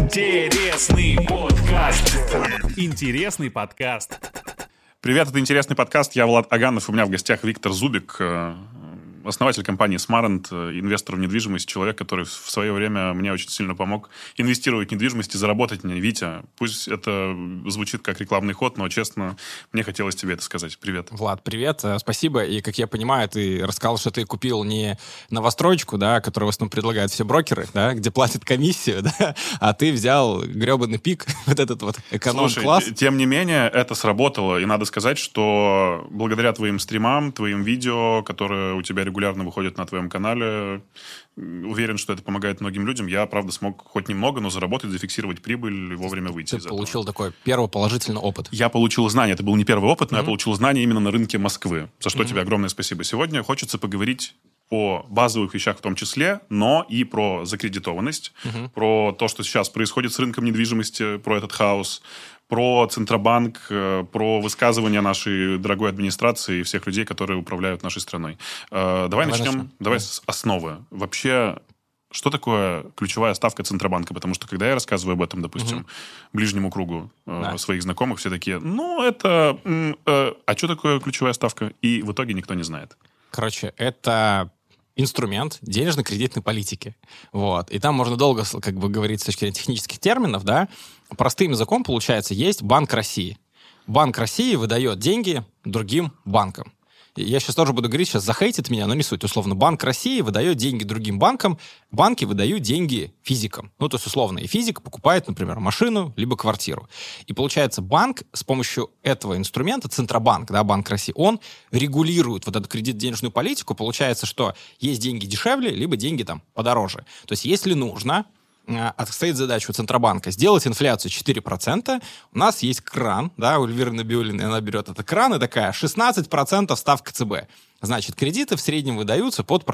Интересный подкаст. Интересный подкаст. Привет, это «Интересный подкаст». Я Влад Аганов. У меня в гостях Виктор Зубик, основатель компании Smarant, инвестор в недвижимость, человек, который в свое время мне очень сильно помог инвестировать в недвижимость и заработать мне. Витя, пусть это звучит как рекламный ход, но, честно, мне хотелось тебе это сказать. Привет. Влад, привет, спасибо. И, как я понимаю, ты рассказал, что ты купил не новостройку, да, которую в основном предлагают все брокеры, да, где платят комиссию, да, а ты взял гребаный пик, вот этот вот эконом-класс. Слушай, тем не менее, это сработало. И надо сказать, что благодаря твоим стримам, твоим видео, которые у тебя регулярно выходят на твоем канале, уверен, что это помогает многим людям. Я, правда, смог хоть немного, но заработать, зафиксировать прибыль и вовремя выйти из этого. Ты получил такой первый положительный опыт. Я получил знания. Это был не первый опыт, но я получил знания именно на рынке Москвы. За что тебе огромное спасибо. Сегодня хочется поговорить о базовых вещах в том числе, но и про закредитованность, про то, что сейчас происходит с рынком недвижимости, про этот хаос, про Центробанк, про высказывания нашей дорогой администрации и всех людей, которые управляют нашей страной. Давай начнем. Давай с основы. Вообще, что такое ключевая ставка Центробанка? Потому что, когда я рассказываю об этом, допустим, ближнему кругу своих знакомых, все такие, это... А что такое ключевая ставка? И в итоге никто не знает. Короче, это инструмент денежно-кредитной политики. Вот. И там можно долго говорить с точки зрения технических терминов, да. Простым языком, получается, есть Банк России. Банк России выдает деньги другим банкам. Я сейчас тоже буду говорить, сейчас захейтит меня, но не суть. Условно, Банк России выдает деньги другим банкам, банки выдают деньги физикам. То есть, условно, и физик покупает, например, машину, либо квартиру. И получается, банк с помощью этого инструмента, Центробанк, да, Банк России, он регулирует вот эту кредитно-денежную политику. Получается, что есть деньги дешевле, либо деньги там подороже. То есть, если нужно, стоит задача у Центробанка сделать инфляцию 4%. У нас есть кран, да, у Эльвиры Набиуллиной, она берет этот кран и такая 16% ставка ЦБ. Значит, кредиты в среднем выдаются под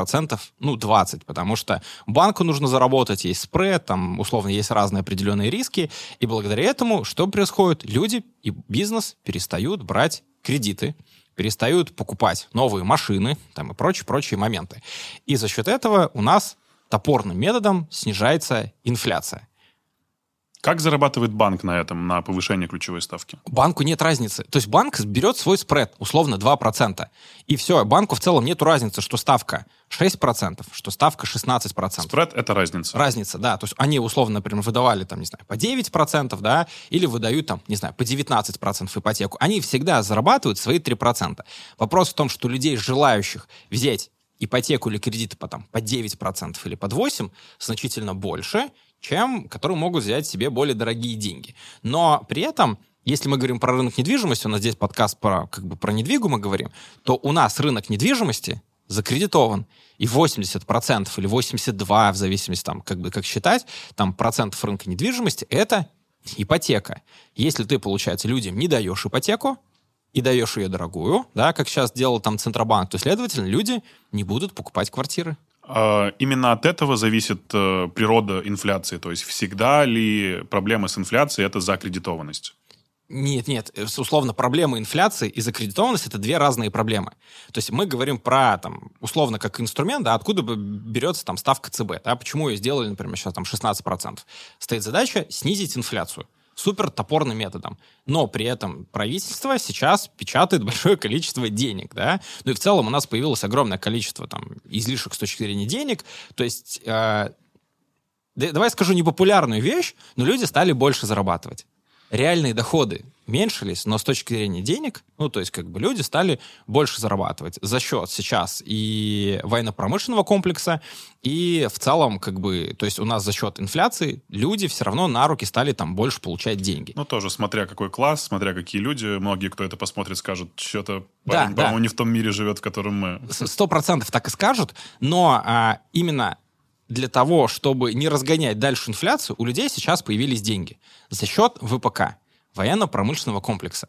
20%, потому что банку нужно заработать, есть спред, там, условно, есть разные определенные риски, и благодаря этому что происходит? Люди и бизнес перестают брать кредиты, перестают покупать новые машины, там, и прочие моменты. И за счет этого у нас топорным методом снижается инфляция. Как зарабатывает банк на этом, на повышении ключевой ставки? Банку нет разницы. То есть банк берет свой спред, условно 2%. И все, банку в целом нет разницы, что ставка 6%, что ставка 16%. Спред — это разница. Разница, да. То есть они, условно, например, выдавали, там, не знаю, по 9%, да, или выдают, там, не знаю, по 19% ипотеку. Они всегда зарабатывают свои 3%. Вопрос в том, что людей, желающих взять ипотеку или кредиты по 9% или под 8% значительно больше, чем которые могут взять себе более дорогие деньги. Но при этом, если мы говорим про рынок недвижимости, у нас здесь подкаст про недвигу мы говорим, то у нас рынок недвижимости закредитован, и 80% или 82%, в зависимости, как считать, процентов рынка недвижимости, это ипотека. Если ты, получается, людям не даешь ипотеку, и даешь ее дорогую, да, как сейчас делал Центробанк, то, следовательно, люди не будут покупать квартиры. Именно от этого зависит природа инфляции. То есть всегда ли проблема с инфляцией — это закредитованность? Нет. Условно, проблема инфляции и закредитованность — это две разные проблемы. То есть мы говорим про, условно, как инструмент, да, откуда берется ставка ЦБ. Да, почему ее сделали, например, сейчас 16%. Стоит задача снизить инфляцию супер топорным методом. Но при этом правительство сейчас печатает большое количество денег, да. Ну и в целом у нас появилось огромное количество излишек с точки зрения денег. То есть, давай скажу непопулярную вещь, но люди стали больше зарабатывать. Реальные доходы уменьшились, но с точки зрения денег, люди стали больше зарабатывать за счет сейчас и военно-промышленного комплекса, и в целом, то есть у нас за счет инфляции люди все равно на руки стали больше получать деньги. Тоже смотря какой класс, смотря какие люди. Многие, кто это посмотрит, скажут, что-то парень, по-моему, не в том мире живет, в котором мы. 100% так и скажут, но именно для того, чтобы не разгонять дальше инфляцию, у людей сейчас появились деньги за счет ВПК, военно-промышленного комплекса.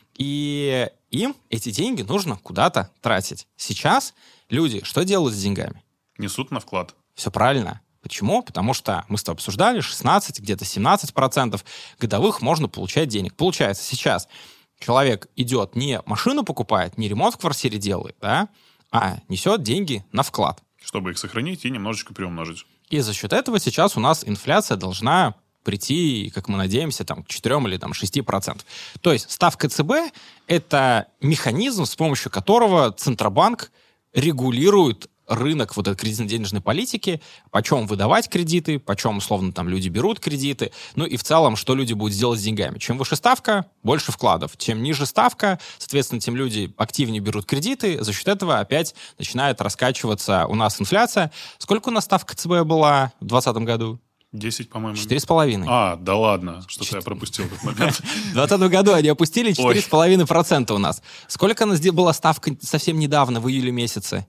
И им эти деньги нужно куда-то тратить. Сейчас люди что делают с деньгами? Несут на вклад. Все правильно. Почему? Потому что мы с тобой обсуждали, 16, где-то 17% годовых можно получать денег. Получается, сейчас человек идет не машину покупает, не ремонт в квартире делает, да, а несет деньги на вклад. Чтобы их сохранить и немножечко приумножить. И за счет этого сейчас у нас инфляция должна прийти, как мы надеемся, там, к 4 или там, 6%. То есть ставка ЦБ — это механизм, с помощью которого Центробанк регулирует рынок вот этой кредитно-денежной политики, почем выдавать кредиты, почем, условно, там люди берут кредиты, ну и в целом, что люди будут делать с деньгами. Чем выше ставка, больше вкладов. Чем ниже ставка, соответственно, тем люди активнее берут кредиты, за счет этого опять начинает раскачиваться у нас инфляция. Сколько у нас ставка ЦБ была в 2020 году? 10, по-моему. 4,5. Да ладно, что-то я пропустил этот момент. В 2020 году они опустили 4,5% у нас. Сколько у нас была ставка совсем недавно, в июле месяце?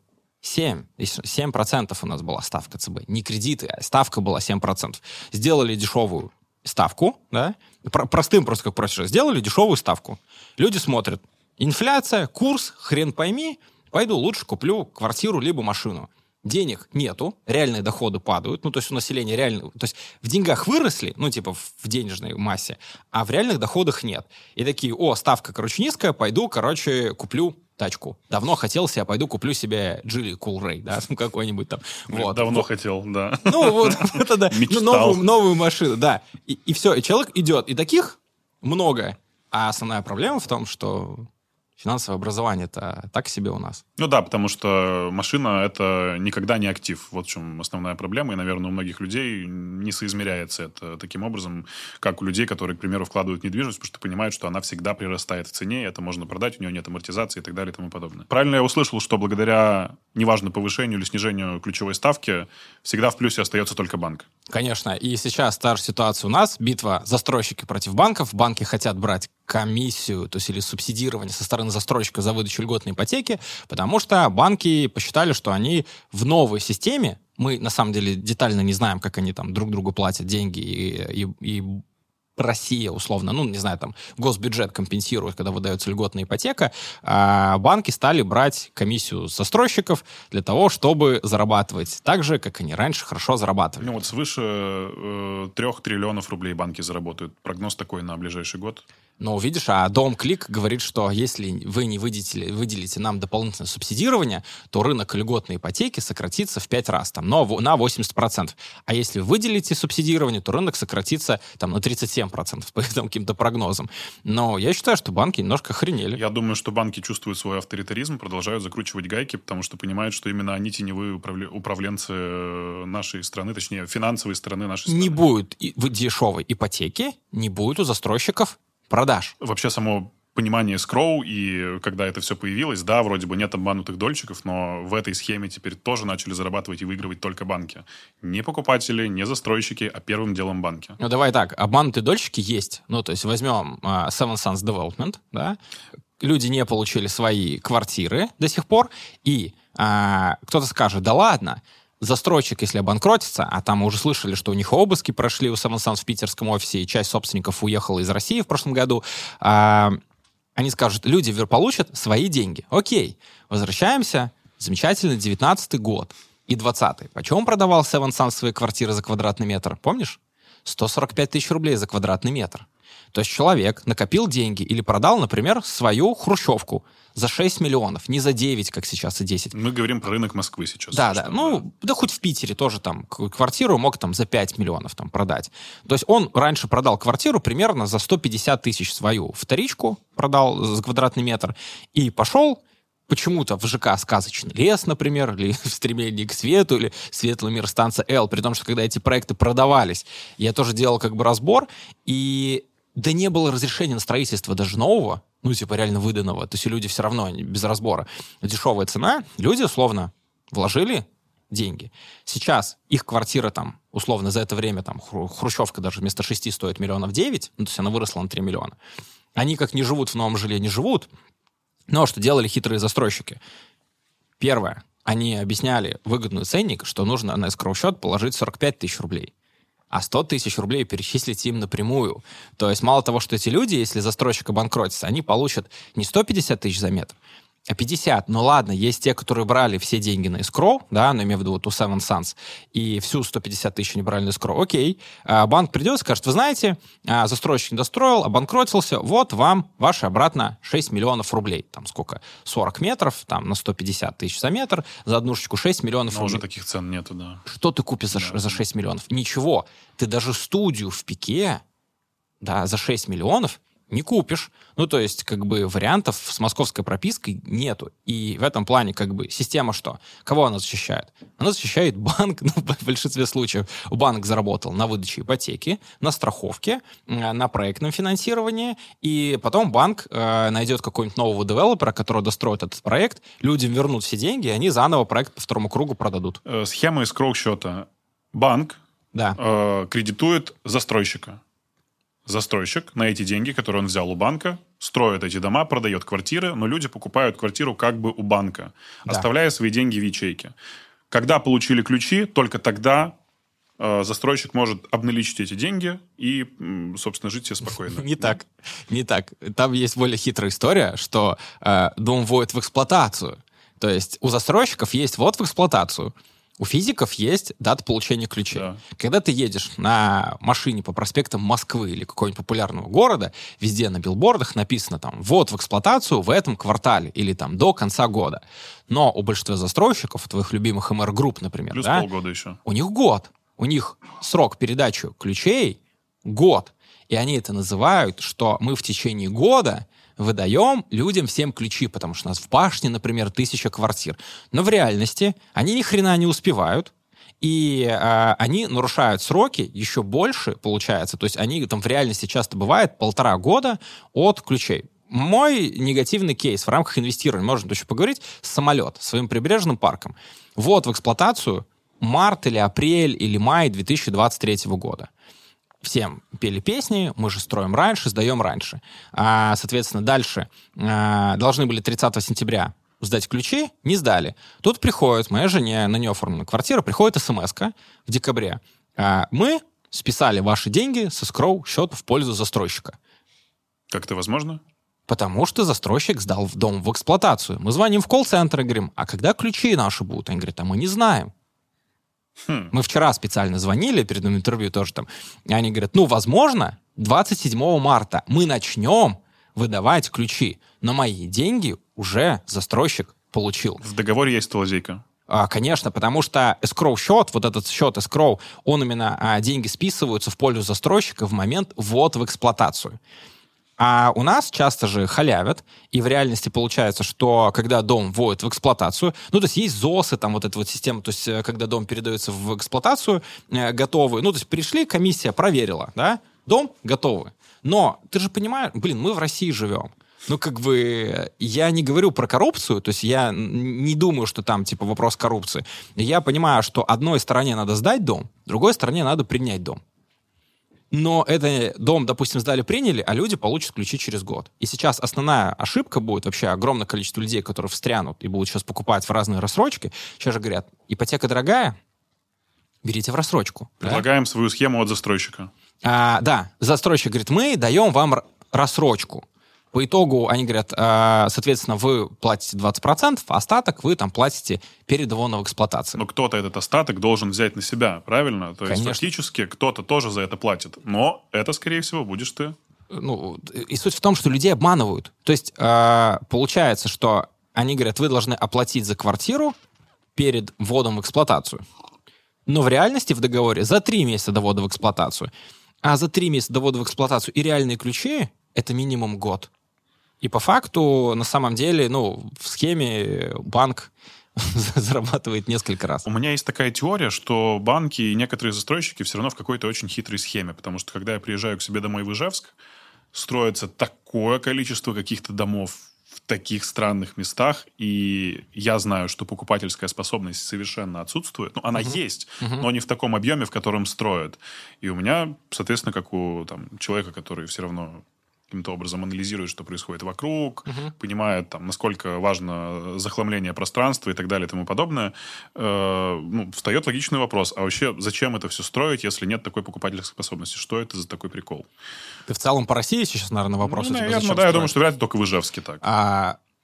7% у нас была ставка ЦБ. Не кредиты, а ставка была 7%. Сделали дешевую ставку, да? Простым просто как проще. Сделали дешевую ставку. Люди смотрят. Инфляция, курс, хрен пойми. Пойду лучше куплю квартиру либо машину. Денег нету, реальные доходы падают, ну, то есть у населения реально... То есть в деньгах выросли, ну, типа в денежной массе, а в реальных доходах нет. И такие, ставка, низкая, пойду, куплю тачку. Давно хотел себе, пойду куплю себе Geely Cool Ray, да, какой-нибудь там. Вот. Давно хотел, да. Ну, вот это да. Мечтал. Новую машину, да. И все, и человек идет. И таких много. А основная проблема в том, что финансовое образование-то так себе у нас. Ну да, потому что машина — это никогда не актив. Вот в чем основная проблема. И, наверное, у многих людей не соизмеряется это таким образом, как у людей, которые, к примеру, вкладывают в недвижимость, потому что понимают, что она всегда прирастает в цене, и это можно продать, у нее нет амортизации и так далее и тому подобное. Правильно я услышал, что благодаря, неважно, повышению или снижению ключевой ставки, всегда в плюсе остается только банк. Конечно. И сейчас та же ситуация у нас. Битва застройщики против банков. Банки хотят брать комиссию, то есть или субсидирование со стороны застройщика за выдачу льготной ипотеки, потому что банки посчитали, что они в новой системе, мы на самом деле детально не знаем, как они там друг другу платят деньги и Россия, условно, ну, не знаю, там, госбюджет компенсирует, когда выдается льготная ипотека, а банки стали брать комиссию с застройщиков для того, чтобы зарабатывать так же, как они раньше хорошо зарабатывали. Ну, вот свыше 3 триллионов рублей банки заработают. Прогноз такой на ближайший год. Но видишь, а Дом Клик говорит, что если вы не выделите нам дополнительное субсидирование, то рынок льготной ипотеки сократится в 5 раз, там, но на 80%. А если вы выделите субсидирование, то рынок сократится там, на 37%, по этим каким-то прогнозам. Но я считаю, что банки немножко охренели. Я думаю, что банки чувствуют свой авторитаризм, продолжают закручивать гайки, потому что понимают, что именно они теневые управленцы нашей страны, точнее, финансовой стороны нашей страны. Не будет дешевой ипотеки, не будет у застройщиков продаж. Вообще само понимание скроу, и когда это все появилось, да, вроде бы нет обманутых дольщиков, но в этой схеме теперь тоже начали зарабатывать и выигрывать только банки. Не покупатели, не застройщики, а первым делом банки. Ну, давай так, обманутые дольщики есть. Ну, то есть возьмем Seven Sons Development, да, люди не получили свои квартиры до сих пор, и кто-то скажет, да ладно, застройщик, если обанкротится, а там мы уже слышали, что у них обыски прошли у Seven Sons в питерском офисе, и часть собственников уехала из России в прошлом году, они скажут, люди получат свои деньги. Окей, возвращаемся, замечательно, 19-й год и 20-й. Почем продавал Seven Sons свои квартиры за квадратный метр, помнишь? 145 тысяч рублей за квадратный метр. То есть человек накопил деньги или продал, например, свою хрущевку за 6 миллионов, не за 9, как сейчас, и 10. Мы говорим про рынок Москвы сейчас. Да. Да хоть в Питере тоже там квартиру мог там за 5 миллионов там продать. То есть он раньше продал квартиру примерно за 150 тысяч свою вторичку, продал за квадратный метр, и пошел почему-то в ЖК «Сказочный лес», например, или в «Стремлении к свету», или «Светлый мир», станция «Л», при том, что когда эти проекты продавались, я тоже делал как бы разбор, и да не было разрешения на строительство даже нового, ну, типа реально выданного, то есть люди все равно без разбора. Дешевая цена, люди условно вложили деньги. Сейчас их квартира там, условно, за это время там хрущевка даже вместо 6 стоит 9 миллионов, ну, то есть она выросла на 3 миллиона. Они как не живут в новом жилье, не живут. Но что делали хитрые застройщики? Первое. Они объясняли выгодную ценник, что нужно на эскроу-счет положить 45 тысяч рублей. А 100 тысяч рублей перечислить им напрямую. То есть мало того, что эти люди, если застройщик обанкротится, они получат не 150 тысяч за метр, А 50, ну ладно, есть те, которые брали все деньги на escrow, да, но имею в виду вот у Seven Sons, и всю 150 тысяч не брали на escrow, окей. Банк придет и скажет, вы знаете, застройщик не достроил, обанкротился, вот вам ваши обратно 6 миллионов рублей. Там сколько? 40 метров, там на 150 тысяч за метр, за однушечку 6 миллионов рублей. Уже таких цен нету, да. Что ты купишь за 6 миллионов? Ничего. Ты даже студию в Пике, да, за 6 миллионов не купишь. Ну, то есть, как бы, вариантов с московской пропиской нету. И в этом плане, как бы, система что? Кого она защищает? Она защищает банк, ну, в большинстве случаев. Банк заработал на выдаче ипотеки, на страховке, на проектном финансировании, и потом банк найдет какого-нибудь нового девелопера, который достроит этот проект, людям вернут все деньги, и они заново проект по второму кругу продадут. Схема escrow счета. Банк кредитует застройщика. Застройщик на эти деньги, которые он взял у банка, строит эти дома, продает квартиры, но люди покупают квартиру как бы у банка, оставляя свои деньги в ячейке. Когда получили ключи, только тогда застройщик может обналичить эти деньги и, собственно, жить себе спокойно. Не так. Там есть более хитрая история, что дом вводят в эксплуатацию. То есть у застройщиков есть ввод в эксплуатацию. У физиков есть дата получения ключей. Да. Когда ты едешь на машине по проспектам Москвы или какого-нибудь популярного города, везде на билбордах написано там «ввод в эксплуатацию в этом квартале» или там «до конца года». Но у большинства застройщиков, твоих любимых МР-групп, например, плюс полгода еще. У них год. У них срок передачи ключей год. И они это называют, что мы в течение года выдаем людям всем ключи, потому что у нас в башне, например, 1000 квартир. Но в реальности они ни хрена не успевают, и они нарушают сроки еще больше, получается. То есть они там в реальности часто бывает 1,5 года от ключей. Мой негативный кейс в рамках инвестирования, можно еще поговорить, самолет, своим прибрежным парком. Вот в эксплуатацию март или апрель или май 2023 года. Всем пели песни, мы же строим раньше, сдаем раньше. Соответственно, дальше должны были 30 сентября сдать ключи, не сдали. Тут приходит, моя жене, на нее оформлена квартира, приходит смс-ка в декабре. Мы списали ваши деньги с escrow счета в пользу застройщика. Как это возможно? Потому что застройщик сдал дом в эксплуатацию. Мы звоним в колл-центр и говорим, а когда ключи наши будут? Они говорят, а мы не знаем. Мы вчера специально звонили, перед интервью тоже там, и они говорят, ну, возможно, 27 марта мы начнем выдавать ключи, но мои деньги уже застройщик получил. В договоре есть лазейка? Конечно, потому что escrow-счет, вот этот счет escrow, он именно, деньги списываются в пользу застройщика в момент ввода в эксплуатацию. А у нас часто же халявят, и в реальности получается, что когда дом вводят в эксплуатацию, ну, то есть ЗОСы, там вот эта вот система, то есть когда дом передается в эксплуатацию, готовый, ну, то есть пришли, комиссия проверила, да, дом готовый. Но ты же понимаешь, мы в России живем. Ну, как бы, я не говорю про коррупцию, то есть я не думаю, что там, типа, вопрос коррупции. Я понимаю, что одной стороне надо сдать дом, другой стороне надо принять дом. Но это дом, допустим, сдали-приняли, а люди получат ключи через год. И сейчас основная ошибка будет, вообще огромное количество людей, которые встрянут и будут сейчас покупать в разные рассрочки, сейчас же говорят, ипотека дорогая, берите в рассрочку. Предлагаем свою схему от застройщика. Да, застройщик говорит, мы даем вам рассрочку. По итогу они говорят, соответственно, вы платите 20%, а остаток вы там платите перед вводом в эксплуатацию. Но кто-то этот остаток должен взять на себя, правильно? То есть фактически кто-то тоже за это платит. Но это, скорее всего, будешь ты. Ну, и суть в том, что людей обманывают. То есть получается, что они говорят, вы должны оплатить за квартиру перед вводом в эксплуатацию. Но в реальности в договоре за 3 месяца до ввода в эксплуатацию. А за 3 месяца до ввода в эксплуатацию и реальные ключи — это минимум год. И по факту, на самом деле, ну, в схеме банк зарабатывает несколько раз. У меня есть такая теория, что банки и некоторые застройщики все равно в какой-то очень хитрой схеме, потому что, когда я приезжаю к себе домой в Ижевск, строится такое количество каких-то домов в таких странных местах, и я знаю, что покупательская способность совершенно отсутствует. Ну, она есть, но не в таком объеме, в котором строят. И у меня, соответственно, как у человека, который все равно каким-то образом анализирует, что происходит вокруг, понимает, там, насколько важно захламление пространства и так далее и тому подобное, встает логичный вопрос, а вообще зачем это все строить, если нет такой покупательской способности? Что это за такой прикол? Ты в целом по России сейчас, наверное, вопрос? Наверное, да, я думаю, что вряд ли только в Ижевске так.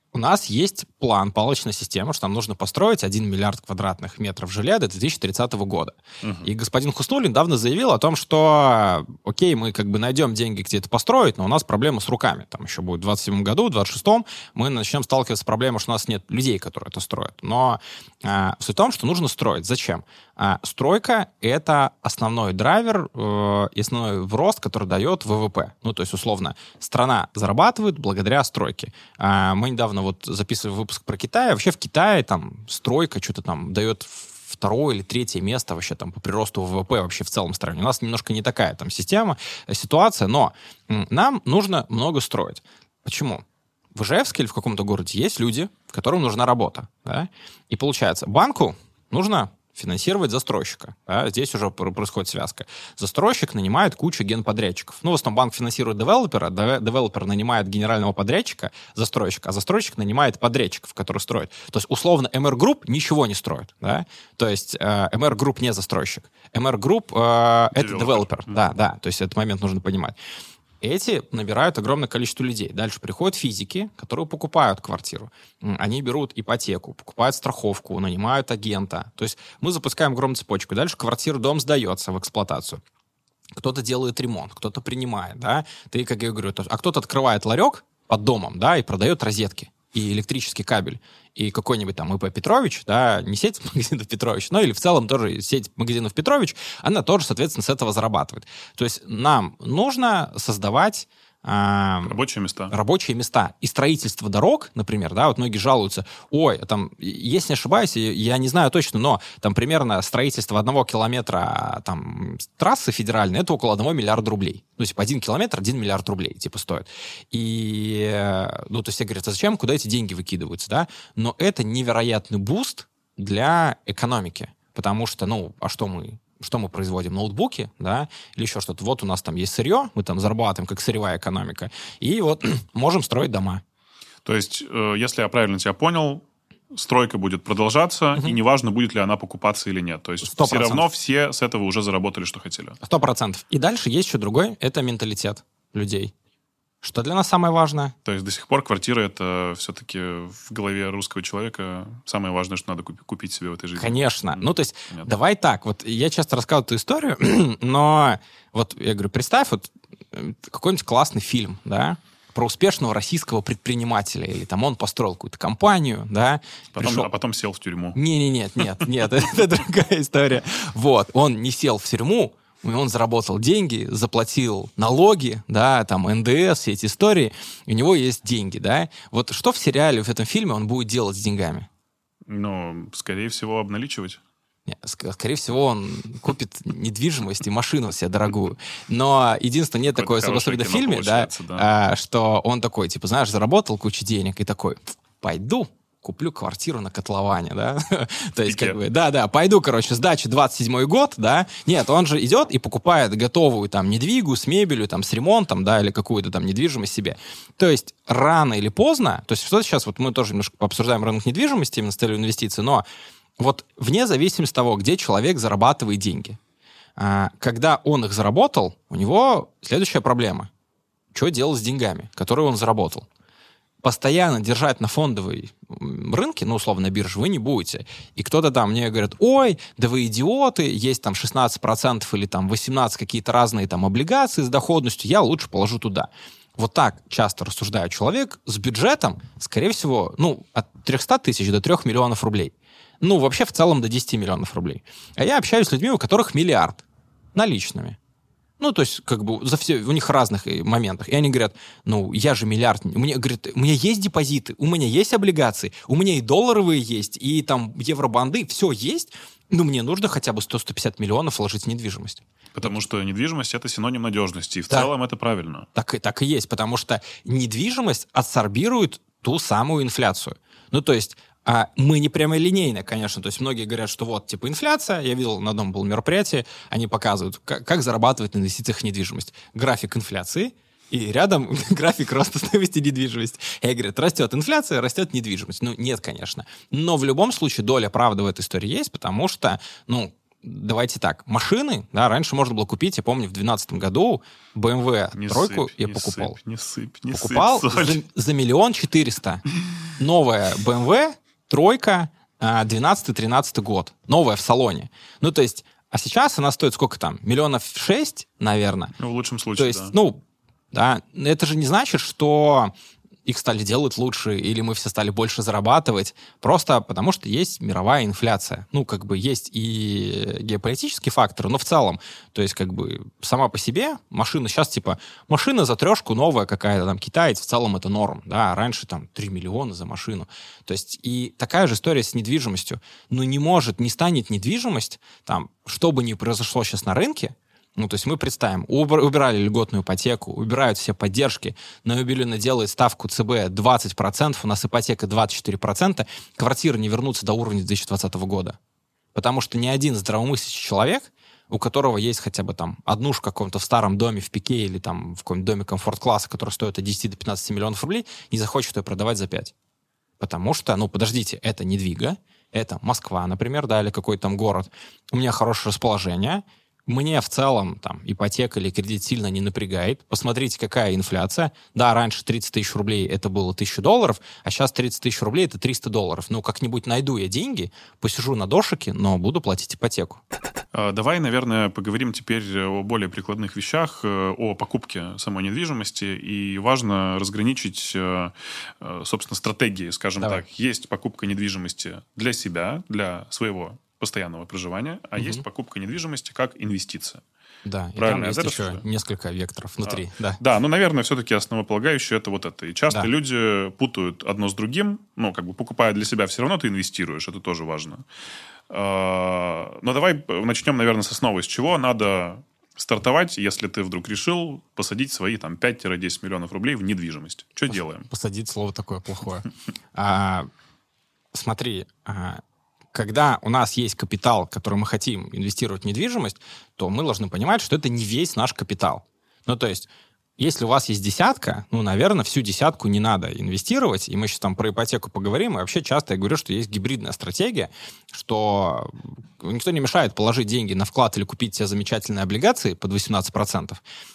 у нас есть план, палочная система, что нам нужно построить 1 миллиард квадратных метров жилья до 2030 года. И господин Хуснуллин недавно заявил о том, что, окей, мы как бы найдем деньги, где это построить, но у нас проблема с руками. Там еще будет в 2027 году, в 2026 мы начнем сталкиваться с проблемой, что у нас нет людей, которые это строят. Но суть в том, что нужно строить. Зачем? Стройка — это основной драйвер и основной рост, который дает ВВП. Ну, то есть, условно, страна зарабатывает благодаря стройке. Мы недавно вот записывали выпуск про Китай. Вообще в Китае там стройка что-то там дает второе или третье место вообще там по приросту ВВП вообще в целом стране. У нас немножко не такая там система, ситуация, но нам нужно много строить. Почему? В Ижевске или в каком-то городе есть люди, которым нужна работа. Да? И получается, банку нужно финансировать застройщика. Да? Здесь уже происходит связка. Застройщик нанимает кучу генподрядчиков. Ну, в основном банк финансирует девелопера, девелопер нанимает генерального подрядчика, застройщика, а застройщик нанимает подрядчиков, которые строят. То есть, условно, MR Group ничего не строит. Да? То есть, MR Group не застройщик. MR Group это девелопер. Да, да. То есть, этот момент нужно понимать. Эти набирают огромное количество людей. Дальше приходят физики, которые покупают квартиру. Они берут ипотеку, покупают страховку, нанимают агента. То есть мы запускаем огромную цепочку. Дальше дом сдается в эксплуатацию. Кто-то делает ремонт, кто-то принимает, да. Ты, как я говорю, а кто-то открывает ларек под домом, да, и продает розетки и электрический кабель. И какой-нибудь там ИП Петрович, да, не сеть магазинов Петрович, но или в целом тоже сеть магазинов Петрович, она тоже, соответственно, с этого зарабатывает. То есть нам нужно создавать рабочие места. Рабочие места. И строительство дорог, например, да, вот многие жалуются, ой, там, если не ошибаюсь, я не знаю точно, но там примерно строительство 1 километра там, трассы федеральной, это около 1 миллиарда рублей. Ну, типа, 1 километр, 1 миллиард рублей, типа, стоит. И, ну, то есть все говорят, а зачем, куда эти деньги выкидываются, да? Но это невероятный буст для экономики, потому что, ну, а что мы производим? Ноутбуки, да, или еще что-то. Вот у нас там есть сырье, мы там зарабатываем, как сырьевая экономика, и вот можем строить дома. То есть, если я правильно тебя понял, стройка будет продолжаться, и неважно, будет ли она покупаться или нет. То есть 100%. Все равно все с этого уже заработали, что хотели. 100%. И дальше есть еще другой, это менталитет людей. Что для нас самое важное? То есть до сих пор квартира — это все-таки в голове русского человека самое важное, что надо купить себе в этой жизни. Конечно. Ну, то есть, давай так. Вот я часто рассказываю эту историю, но вот я говорю, представь вот какой-нибудь классный фильм, да, про успешного российского предпринимателя, или там он построил какую-то компанию, да. А потом сел в тюрьму. Нет, это другая история. Вот, он не сел в тюрьму, он заработал деньги, заплатил налоги, да, там, НДС, все эти истории, у него есть деньги, да. Вот что в сериале, в этом фильме он будет делать с деньгами? Ну, скорее всего, обналичивать. Нет, скорее всего, он купит недвижимость и машину себе дорогую. Но единственное, нет такой особенно в фильме, да, что он такой, типа, знаешь, заработал кучу денег и такой, пойду куплю квартиру на котловане, да? То есть, как бы, да, пойду, короче, сдача 27-й год, да? Нет, он же идет и покупает готовую там недвигу с мебелью, там, с ремонтом, да, или какую-то там недвижимость себе. То есть, рано или поздно, то есть, что сейчас, вот мы тоже немножко обсуждаем рынок недвижимости именно с целью инвестиций, но вот вне зависимости от того, где человек зарабатывает деньги, когда он их заработал, у него следующая проблема. Что делать с деньгами, которые он заработал? Постоянно держать на фондовой рынке, ну, условно, на бирже, вы не будете. И кто-то там мне говорит, ой, да вы идиоты, есть там 16% или там 18% какие-то разные там облигации с доходностью, я лучше положу туда. Вот так часто рассуждает человек с бюджетом, скорее всего, ну, от 300 тысяч до 3 миллионов рублей. Ну, вообще в целом до 10 миллионов рублей. А я общаюсь с людьми, у которых миллиард наличными. Ну, то есть, как бы, у них разных моментах. И они говорят, ну, я же миллиард. Мне, говорят, у меня есть депозиты, у меня есть облигации, у меня и долларовые есть, и там евробанды, все есть, но мне нужно хотя бы 100-150 миллионов вложить в недвижимость. Потому что недвижимость — это синоним надежности, и в целом это правильно. Так и есть, потому что недвижимость адсорбирует ту самую инфляцию. Ну, то есть, мы не прямолинейно, конечно. То есть многие говорят, что вот, типа, инфляция. Я видел, на одном было мероприятие, они показывают, как зарабатывать на инвестициях в недвижимость. График инфляции, и рядом график роста стоимости недвижимости. И говорят, растет инфляция, растет недвижимость. Ну, нет, конечно. Но в любом случае доля правды в этой истории есть, потому что, ну, давайте так, машины, да, раньше можно было купить, я помню, в 2012 году BMW тройку я покупал. Не сыпь, покупал за 1 400 000. новая BMW, тройка, 12-13 год, новая в салоне. Ну, то есть, а сейчас она стоит сколько там? 6 миллионов, наверное. Ну, в лучшем случае, то есть, да, это же не значит, что их стали делать лучше, или мы все стали больше зарабатывать, просто потому что есть мировая инфляция. Ну, как бы есть и геополитические факторы, но в целом, то есть как бы сама по себе машина сейчас типа, машина за 3 новая какая-то, там, китаец, в целом это норм, да, а раньше там 3 миллиона за машину. То есть и такая же история с недвижимостью. Ну, не станет недвижимость, там, что бы ни произошло сейчас на рынке, ну, то есть мы представим, убирали льготную ипотеку, убирают все поддержки, но юбилейно делает ставку ЦБ 20%, у нас ипотека 24%, квартиры не вернутся до уровня 2020 года. Потому что ни один здравомыслящий человек, у которого есть хотя бы там однушка в каком-то в старом доме в Пике или там в каком-нибудь доме комфорт-класса, который стоит от 10 до 15 миллионов рублей, не захочет ее продавать за 5. Потому что, подождите, это недвига, это Москва, например, да, или какой-то там город. У меня хорошее расположение, мне в целом там ипотека или кредит сильно не напрягает. Посмотрите, какая инфляция. Да, раньше 30 тысяч рублей это было $1000, а сейчас 30 тысяч рублей это $300. Ну, как-нибудь найду я деньги, посижу на дошике, но буду платить ипотеку. Давай, наверное, поговорим теперь о более прикладных вещах, о покупке самой недвижимости. И важно разграничить, собственно, стратегии, скажем так. Есть покупка недвижимости для себя, для своего постоянного проживания, а есть покупка недвижимости как инвестиция. Да, правильно, и там есть еще несколько векторов внутри. Да, наверное, все-таки основополагающее это вот это. И часто люди путают одно с другим, покупая для себя, все равно ты инвестируешь, это тоже важно. Но давай начнем, наверное, с основы. С чего надо стартовать, если ты вдруг решил посадить свои 5-10 миллионов рублей в недвижимость? Что делаем? Посадить слово такое плохое. Смотри, когда у нас есть капитал, который мы хотим инвестировать в недвижимость, то мы должны понимать, что это не весь наш капитал. Ну, то есть, если у вас есть 10, наверное, всю 10 не надо инвестировать, и мы сейчас там про ипотеку поговорим, и вообще часто я говорю, что есть гибридная стратегия, что никто не мешает положить деньги на вклад или купить себе замечательные облигации под 18%,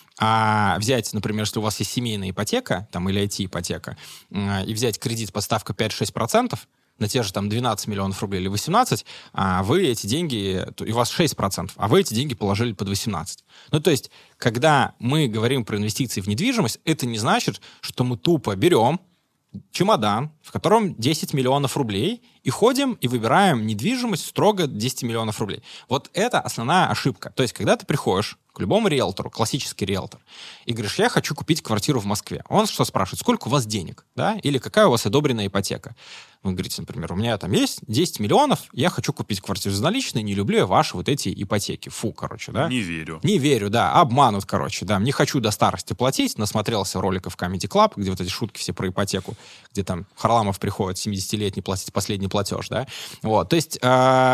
а взять, например, если у вас есть семейная ипотека, там, или IT-ипотека, и взять кредит под ставку 5-6%, на те же там 12 миллионов рублей или 18, а вы эти деньги, и у вас 6%, а вы эти деньги положили под 18. Ну, то есть, когда мы говорим про инвестиции в недвижимость, это не значит, что мы тупо берем чемодан, в котором 10 миллионов рублей, и ходим и выбираем недвижимость строго 10 миллионов рублей. Вот это основная ошибка. То есть, когда ты приходишь к любому риэлтору, классический риэлтор, и говоришь, я хочу купить квартиру в Москве. Он что спрашивает? Сколько у вас денег? Да? Или какая у вас одобренная ипотека? Вы говорите, например, у меня там есть 10 миллионов, я хочу купить квартиру за наличные, не люблю я ваши вот эти ипотеки. Фу, да? Не верю. Не верю, да, обманут, да. Не хочу до старости платить, насмотрелся роликов Comedy Club, где вот эти шутки все про ипотеку, где там Харламов приходит 70-летний платить последний платеж, да. Вот, то есть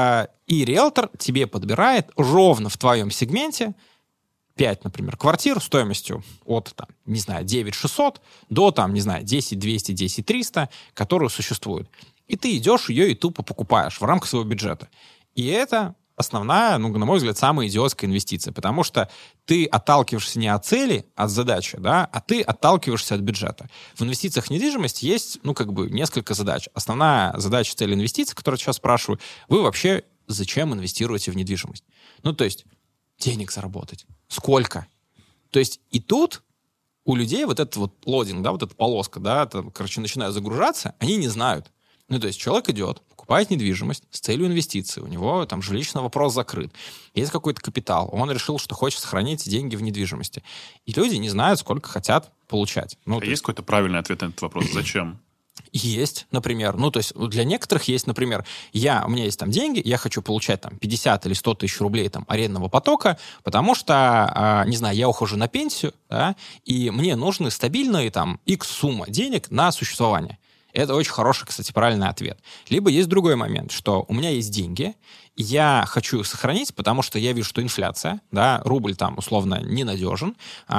и риэлтор тебе подбирает ровно в твоем сегменте 5, например, квартир стоимостью от, 9 600 до, 10 200, 10 300, которые существуют. И ты идешь ее и тупо покупаешь в рамках своего бюджета. И это основная, на мой взгляд, самая идиотская инвестиция, потому что ты отталкиваешься не от цели, от задачи, да, а ты отталкиваешься от бюджета. В инвестициях в недвижимость есть, несколько задач. Основная задача, цель инвестиций, которую я сейчас спрашиваю, вы вообще зачем инвестируете в недвижимость? То есть денег заработать. Сколько? То есть и тут у людей вот этот вот лодинг, да, вот эта полоска, да, начинает загружаться, они не знают. То есть человек идет, покупает недвижимость с целью инвестиций, у него там жилищный вопрос закрыт, есть какой-то капитал, он решил, что хочет сохранить деньги в недвижимости. И люди не знают, сколько хотят получать. Есть какой-то правильный ответ на этот вопрос? Зачем? Есть, например. То есть для некоторых есть, например, у меня есть там деньги, я хочу получать 50 или 100 тысяч рублей арендного потока, потому что, я ухожу на пенсию, да, и мне нужны стабильные X сумма денег на существование. Это очень хороший, кстати, правильный ответ. Либо есть другой момент, что у меня есть деньги, я хочу их сохранить, потому что я вижу, что инфляция, да, рубль условно ненадежен,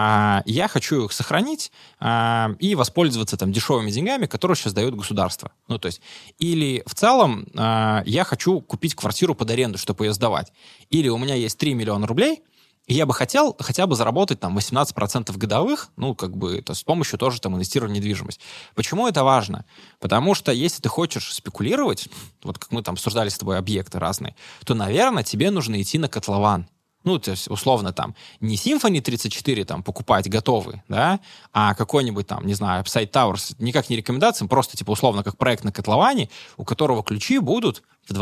я хочу их сохранить и воспользоваться дешевыми деньгами, которые сейчас дает государство. То есть, или в целом я хочу купить квартиру под аренду, чтобы ее сдавать. Или у меня есть 3 миллиона рублей, И я бы хотел хотя бы заработать там 18% годовых, это с помощью тоже там инвестирования в недвижимость. Почему это важно? Потому что если ты хочешь спекулировать, вот как мы там обсуждали с тобой объекты разные, то, наверное, тебе нужно идти на котлован. То есть, условно, там, не Symphony 34 там, покупать готовый, да, а какой-нибудь там, не знаю, Upside Towers, никак не рекомендациям, просто, условно, как проект на котловане, у которого ключи будут в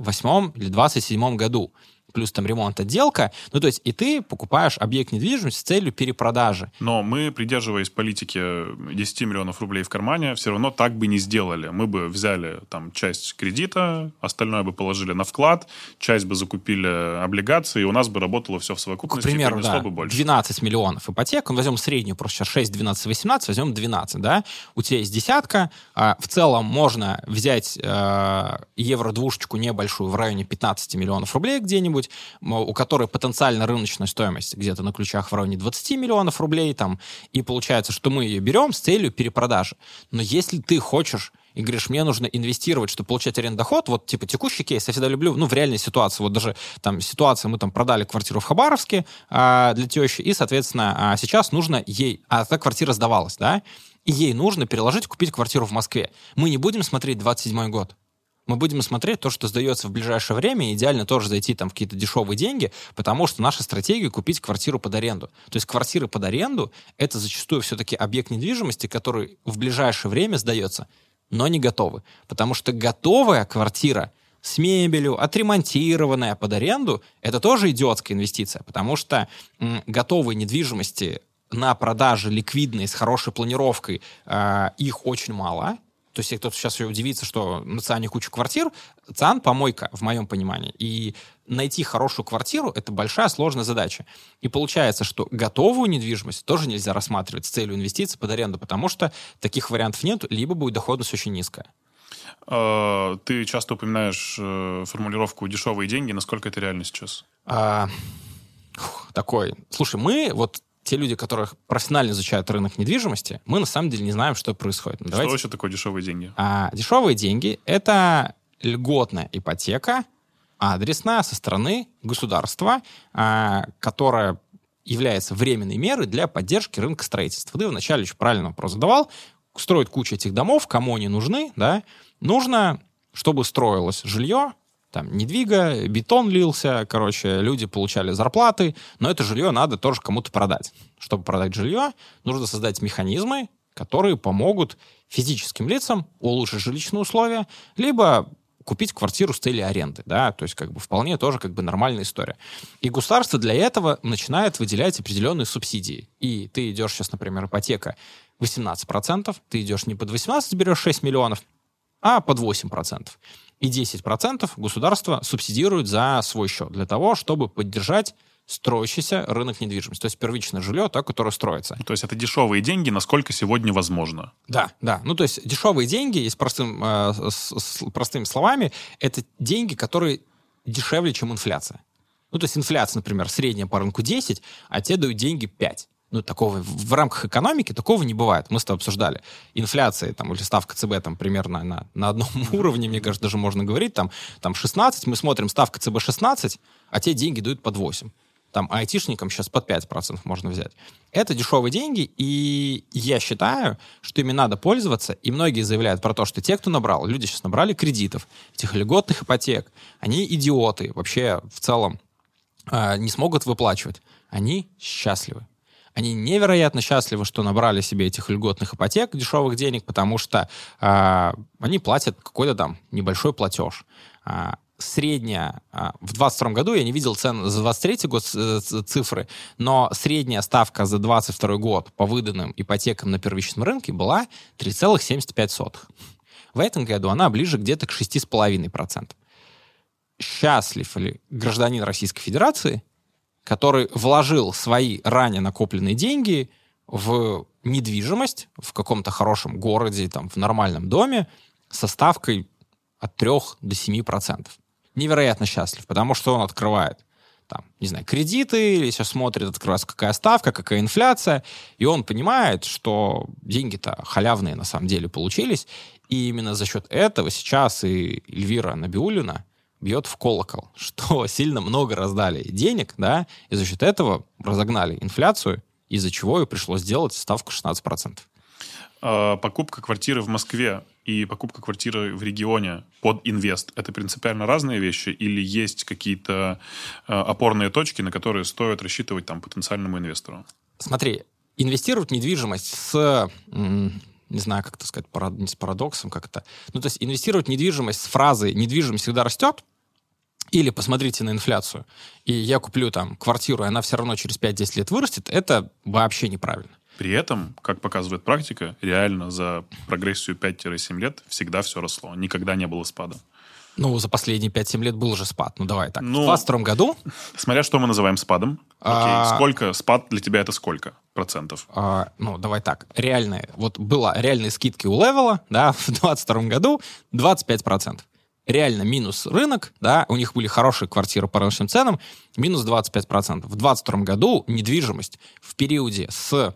28 или 27 году. Плюс там ремонт, отделка. То есть и ты покупаешь объект недвижимости с целью перепродажи. Но мы, придерживаясь политики 10 миллионов рублей в кармане, все равно так бы не сделали. Мы бы взяли там часть кредита, остальное бы положили на вклад, часть бы закупили облигации, и у нас бы работало все в совокупности. К примеру, да, бы больше. 12 миллионов ипотек. Возьмем среднюю, просто сейчас 6, 12, 18, возьмем 12, да? У тебя есть десятка. В целом можно взять евро-двушечку небольшую в районе 15 миллионов рублей где-нибудь, у которой потенциально рыночная стоимость где-то на ключах в районе 20 миллионов рублей, там, и получается, что мы ее берем с целью перепродажи. Но если ты хочешь и говоришь, мне нужно инвестировать, чтобы получать арендный доход, вот текущий кейс я всегда люблю, в реальной ситуации, вот даже там ситуация, мы там продали квартиру в Хабаровске для тещи, и, соответственно, сейчас нужно ей, та квартира сдавалась, да, и ей нужно переложить, купить квартиру в Москве. Мы не будем смотреть 27-й год. Мы будем смотреть то, что сдается в ближайшее время, и идеально тоже зайти там в какие-то дешевые деньги, потому что наша стратегия — купить квартиру под аренду. То есть квартиры под аренду — это зачастую все-таки объект недвижимости, который в ближайшее время сдается, но не готовый. Потому что готовая квартира с мебелью, отремонтированная под аренду — это тоже идиотская инвестиция, потому что готовые недвижимости на продаже ликвидные, с хорошей планировкой, их очень мало. То есть, если кто-то сейчас удивится, что на ЦИАНе куча квартир, ЦИАН — помойка, в моем понимании. И найти хорошую квартиру — это большая сложная задача. И получается, что готовую недвижимость тоже нельзя рассматривать с целью инвестиций под аренду, потому что таких вариантов нет, либо будет доходность очень низкая. Ты часто упоминаешь формулировку «дешевые деньги». Насколько это реально сейчас? Слушай, мы те люди, которые профессионально изучают рынок недвижимости, мы на самом деле не знаем, что происходит. Что вообще такое дешевые деньги? Дешевые деньги — это льготная ипотека, адресная, со стороны государства, которая является временной мерой для поддержки рынка строительства. Ты вначале очень правильно вопрос задавал. Строить кучу этих домов, кому они нужны, да? Нужно, чтобы строилось жилье, там недвига, бетон лился, люди получали зарплаты, но это жилье надо тоже кому-то продать. Чтобы продать жилье, нужно создать механизмы, которые помогут физическим лицам улучшить жилищные условия, либо купить квартиру с целью аренды, да, то есть вполне тоже нормальная история. И государство для этого начинает выделять определенные субсидии. И ты идешь сейчас, например, ипотека 18%, ты идешь не под 18, берешь 6 миллионов, а под 8%. И 10% государство субсидирует за свой счет для того, чтобы поддержать строящийся рынок недвижимости. То есть первичное жилье, которое строится. То есть это дешевые деньги, насколько сегодня возможно. Да. То есть дешевые деньги, с простыми словами, это деньги, которые дешевле, чем инфляция. То есть инфляция, например, средняя по рынку 10, а те дают деньги 5. Такого в рамках экономики такого не бывает. Мы с тобой обсуждали. Инфляция или ставка ЦБ примерно на одном уровне, мне кажется, даже можно говорить. Там 16, мы смотрим, ставка ЦБ 16, а те деньги дают под 8. Айтишникам сейчас под 5% можно взять. Это дешевые деньги, и я считаю, что ими надо пользоваться. И многие заявляют про то, что те, кто набрал, люди сейчас набрали кредитов, этих льготных ипотек, они идиоты, вообще в целом не смогут выплачивать. Они счастливы. Они невероятно счастливы, что набрали себе этих льготных ипотек, дешевых денег, потому что они платят какой-то небольшой платеж. Средняя, в 2022 году, я не видел цен за 2023 год цифры, но средняя ставка за 2022 год по выданным ипотекам на первичном рынке была 3,75. В этом году она ближе где-то к 6,5%. Счастлив ли гражданин Российской Федерации, который вложил свои ранее накопленные деньги в недвижимость в каком-то хорошем городе, в нормальном доме со ставкой от 3 до 7%. Невероятно счастлив, потому что он открывает кредиты, или сейчас смотрит, открывается какая ставка, какая инфляция, и он понимает, что деньги-то халявные на самом деле получились, и именно за счет этого сейчас и Эльвира Набиуллина бьет в колокол, что сильно много раздали денег, да, и за счет этого разогнали инфляцию, из-за чего и пришлось сделать ставку 16%. Покупка квартиры в Москве и покупка квартиры в регионе под инвест – это принципиально разные вещи? Или есть какие-то опорные точки, на которые стоит рассчитывать там потенциальному инвестору? Смотри, инвестировать в недвижимость с... не знаю, как это сказать, не с парадоксом, как это... Ну, то есть инвестировать в недвижимость с фразой «недвижимость всегда растет», или посмотрите на инфляцию, и я куплю там квартиру, и она все равно через 5-10 лет вырастет, это вообще неправильно. При этом, как показывает практика, реально за прогрессию 5-7 лет всегда все росло. Никогда не было спада. Ну, за последние 5-7 лет был же спад. Ну, давай так. В 2022 году... Смотря что мы называем спадом. Окей, сколько спад для тебя это сколько процентов? Ну, давай так. Реальные. Вот была реальные скидки у Левела, да, в 2022 году 25%. Реально минус рынок, да, у них были хорошие квартиры по рыночным ценам, минус 25%. В 2022 году недвижимость в периоде с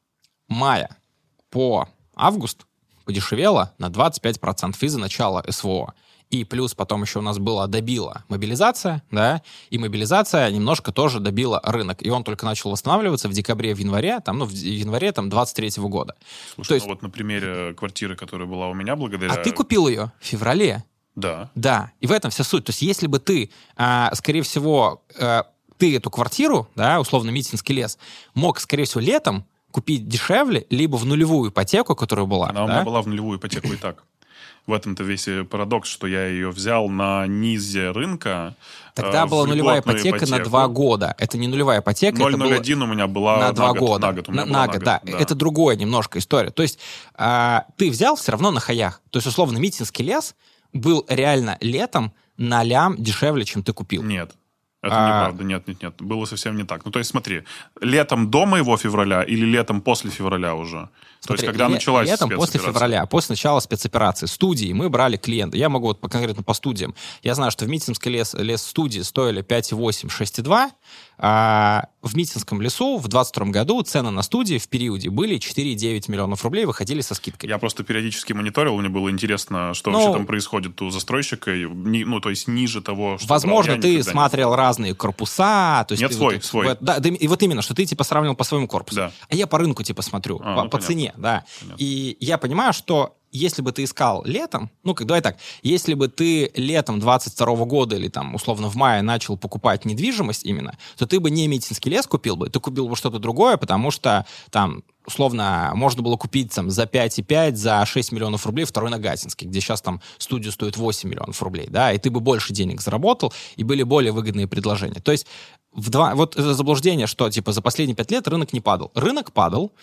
мая по август подешевела на 25% из-за начала СВО. И плюс потом еще у нас добила мобилизация, да, и мобилизация немножко тоже добила рынок. И он только начал восстанавливаться в декабре, в январе, в январе 23-го года. Слушай, то есть... вот на примере квартиры, которая была у меня благодаря... А ты купил ее в феврале? Да. Да, и в этом вся суть. То есть если бы ты, скорее всего, ты эту квартиру, да, условно Митинский лес, мог, скорее всего, летом купить дешевле, либо в нулевую ипотеку, которая была. Она у меня была в нулевую ипотеку и так. В этом-то весь парадокс, что я ее взял на низе рынка. Тогда была нулевая ипотека на 2 года. Это не нулевая ипотека. 0,01 у меня была на 2 года. На год, да. Это другое немножко история. То есть ты взял все равно на хаях. То есть, условно, Митинский лес был реально летом на лям дешевле, чем ты купил. Нет. Это неправда. Нет. Было совсем не так. Ну, то есть, смотри, летом до моего февраля или летом после февраля уже? Смотри, то есть, когда началась летом спецоперация? после февраля, после начала спецоперации. Студии мы брали клиента. Я могу вот конкретно по студиям. Я знаю, что в Митинском лес студии стоили 5,8, 6,2. А в Митинском лесу в 2022 году цены на студии в периоде были 4,9 миллионов рублей, выходили со скидкой. Я просто периодически мониторил, мне было интересно, что вообще там происходит у застройщика, ну, то есть ниже того, что... Возможно, ты смотрел разные корпуса. То есть нет, свой. Да, и вот именно, что ты типа сравнивал по своему корпусу. Да. А я по рынку типа смотрю, по цене, да. Понятно. И я понимаю, что если бы ты искал летом, давай так, если бы ты летом 22 года или там условно в мае начал покупать недвижимость именно, то ты бы не Митинский лес купил бы, ты купил бы что-то другое, потому что там условно можно было купить там за 5,5, за 6 миллионов рублей второй Нагатинский, где сейчас там студию стоит 8 миллионов рублей, да, и ты бы больше денег заработал, и были более выгодные предложения. То есть вот это заблуждение, что типа за последние 5 лет рынок не падал. Рынок падал,